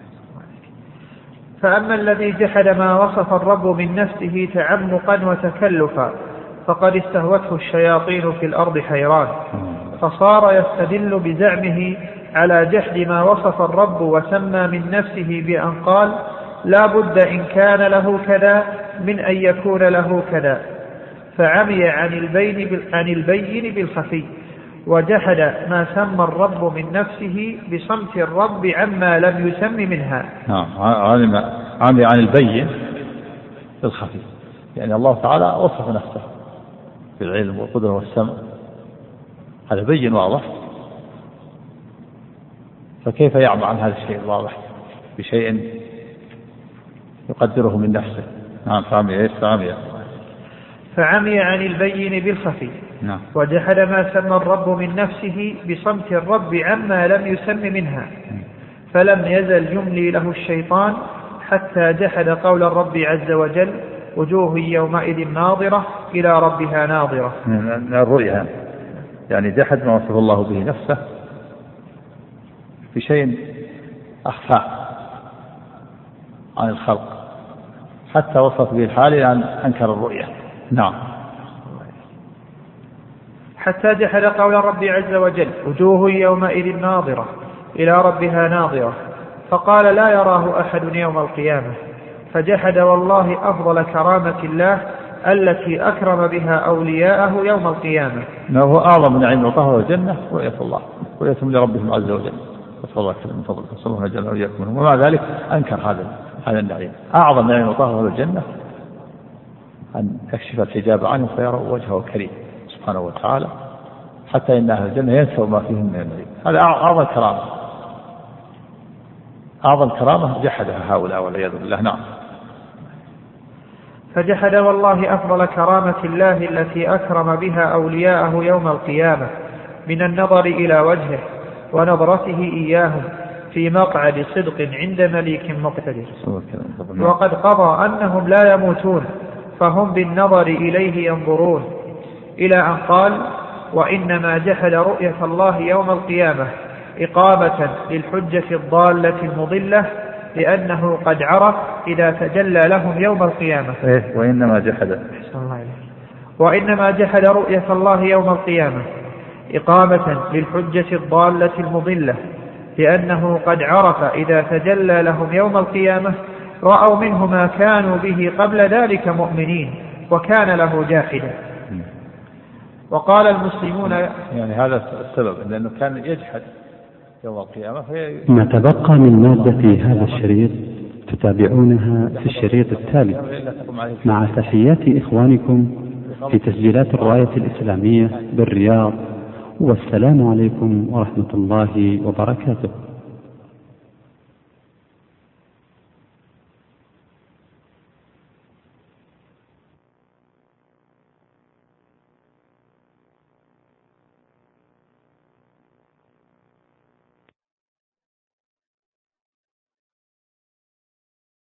فأما الذي جحد ما وصف الرب من نفسه تعمقا وتكلفا فقد استهوته الشياطين في الأرض حيران، فصار يستدل بزعمه على جحد ما وصف الرب وسمى من نفسه بأن قال لا بد إن كان له كذا من أن يكون له كذا، فعمي عن البين عن البين بالخفي، وجحد ما سمى الرب من نفسه بصمت الرب عما لم يسم منها. نعم. عمي عن البين بالخفي، يعني الله تعالى وصف نفسه بالعلم والقدرة والسمع، هذا بين واضح، فكيف يعمى عن هذا الشيء الواضح بشيء يقدره من نفسه؟ نعم. فعمي ايش؟ فعمي فعمي عن البين بالخفي. نعم. وجحد ما سمى الرب من نفسه بصمت الرب عما لم يسم منها، فلم يزل يملي له الشيطان حتى جحد قول الرب عز وجل وجوه يومئذ ناظرة إلى ربها ناظرة. الرؤيا يعني جحد ما وصف الله به نفسه بشيء أخفى عن الخلق حتى وصف به الحال أن أنكر الرؤيا. نعم. حتى جحد قول الرب عز وجل وجوه يومئذ ناظرة إلى ربها ناظرة، فقال لا يراه أحد يوم القيامة، فجحد والله أفضل كرامة الله التي أكرم بها أولياءه يوم القيامة. هو أعظم نعيم وطهر الجنة رؤية الله، رؤيتهم لربهم عز وجل، صلى الله عليه وسلم من فضله صلى الله عليه وسلم، ومع ذلك أنكر هذا هذا النعيم. أعظم نعيم وطهر الجنة أن يكشف الحجاب عنه فيروا وجهه كريم سبحانه وتعالى، حتى إن أهل الجنة ينسوا ما فيهم من النعيم. هذا أعظم كرامة، أعظم كرامة جحدها هؤلاء والعياذ بالله. نعم. فجحد والله أفضل كرامة الله التي أكرم بها أولياءه يوم القيامة من النظر إلى وجهه ونظرته إياهم في مقعد صدق عند مليك مقتدر. وقد قضى أنهم لا يموتون فهم بالنظر إليه ينظرون، إلى أن قال: وإنما جحد رؤية الله يوم القيامة إقامة للحجة الضالة المضلة لأنه قد عرف إذا تجلى لهم يوم القيامة. وإنما جحد وإنما جحد رؤية الله يوم القيامة إقامة للحجة الضالة المضلة لأنه قد عرف إذا تجلى لهم يوم القيامة رأوا منه ما كانوا به قبل ذلك مؤمنين وكان له جاحدا. وقال المسلمون يعني هذا السبب لأنه كان يجحد يوم القيامة. ما تبقى من مادة هذا الشريط تتابعونها في الشريط التالي، مع تحيات إخوانكم في تسجيلات الراية الإسلامية بالرياض، والسلام عليكم ورحمة الله وبركاته.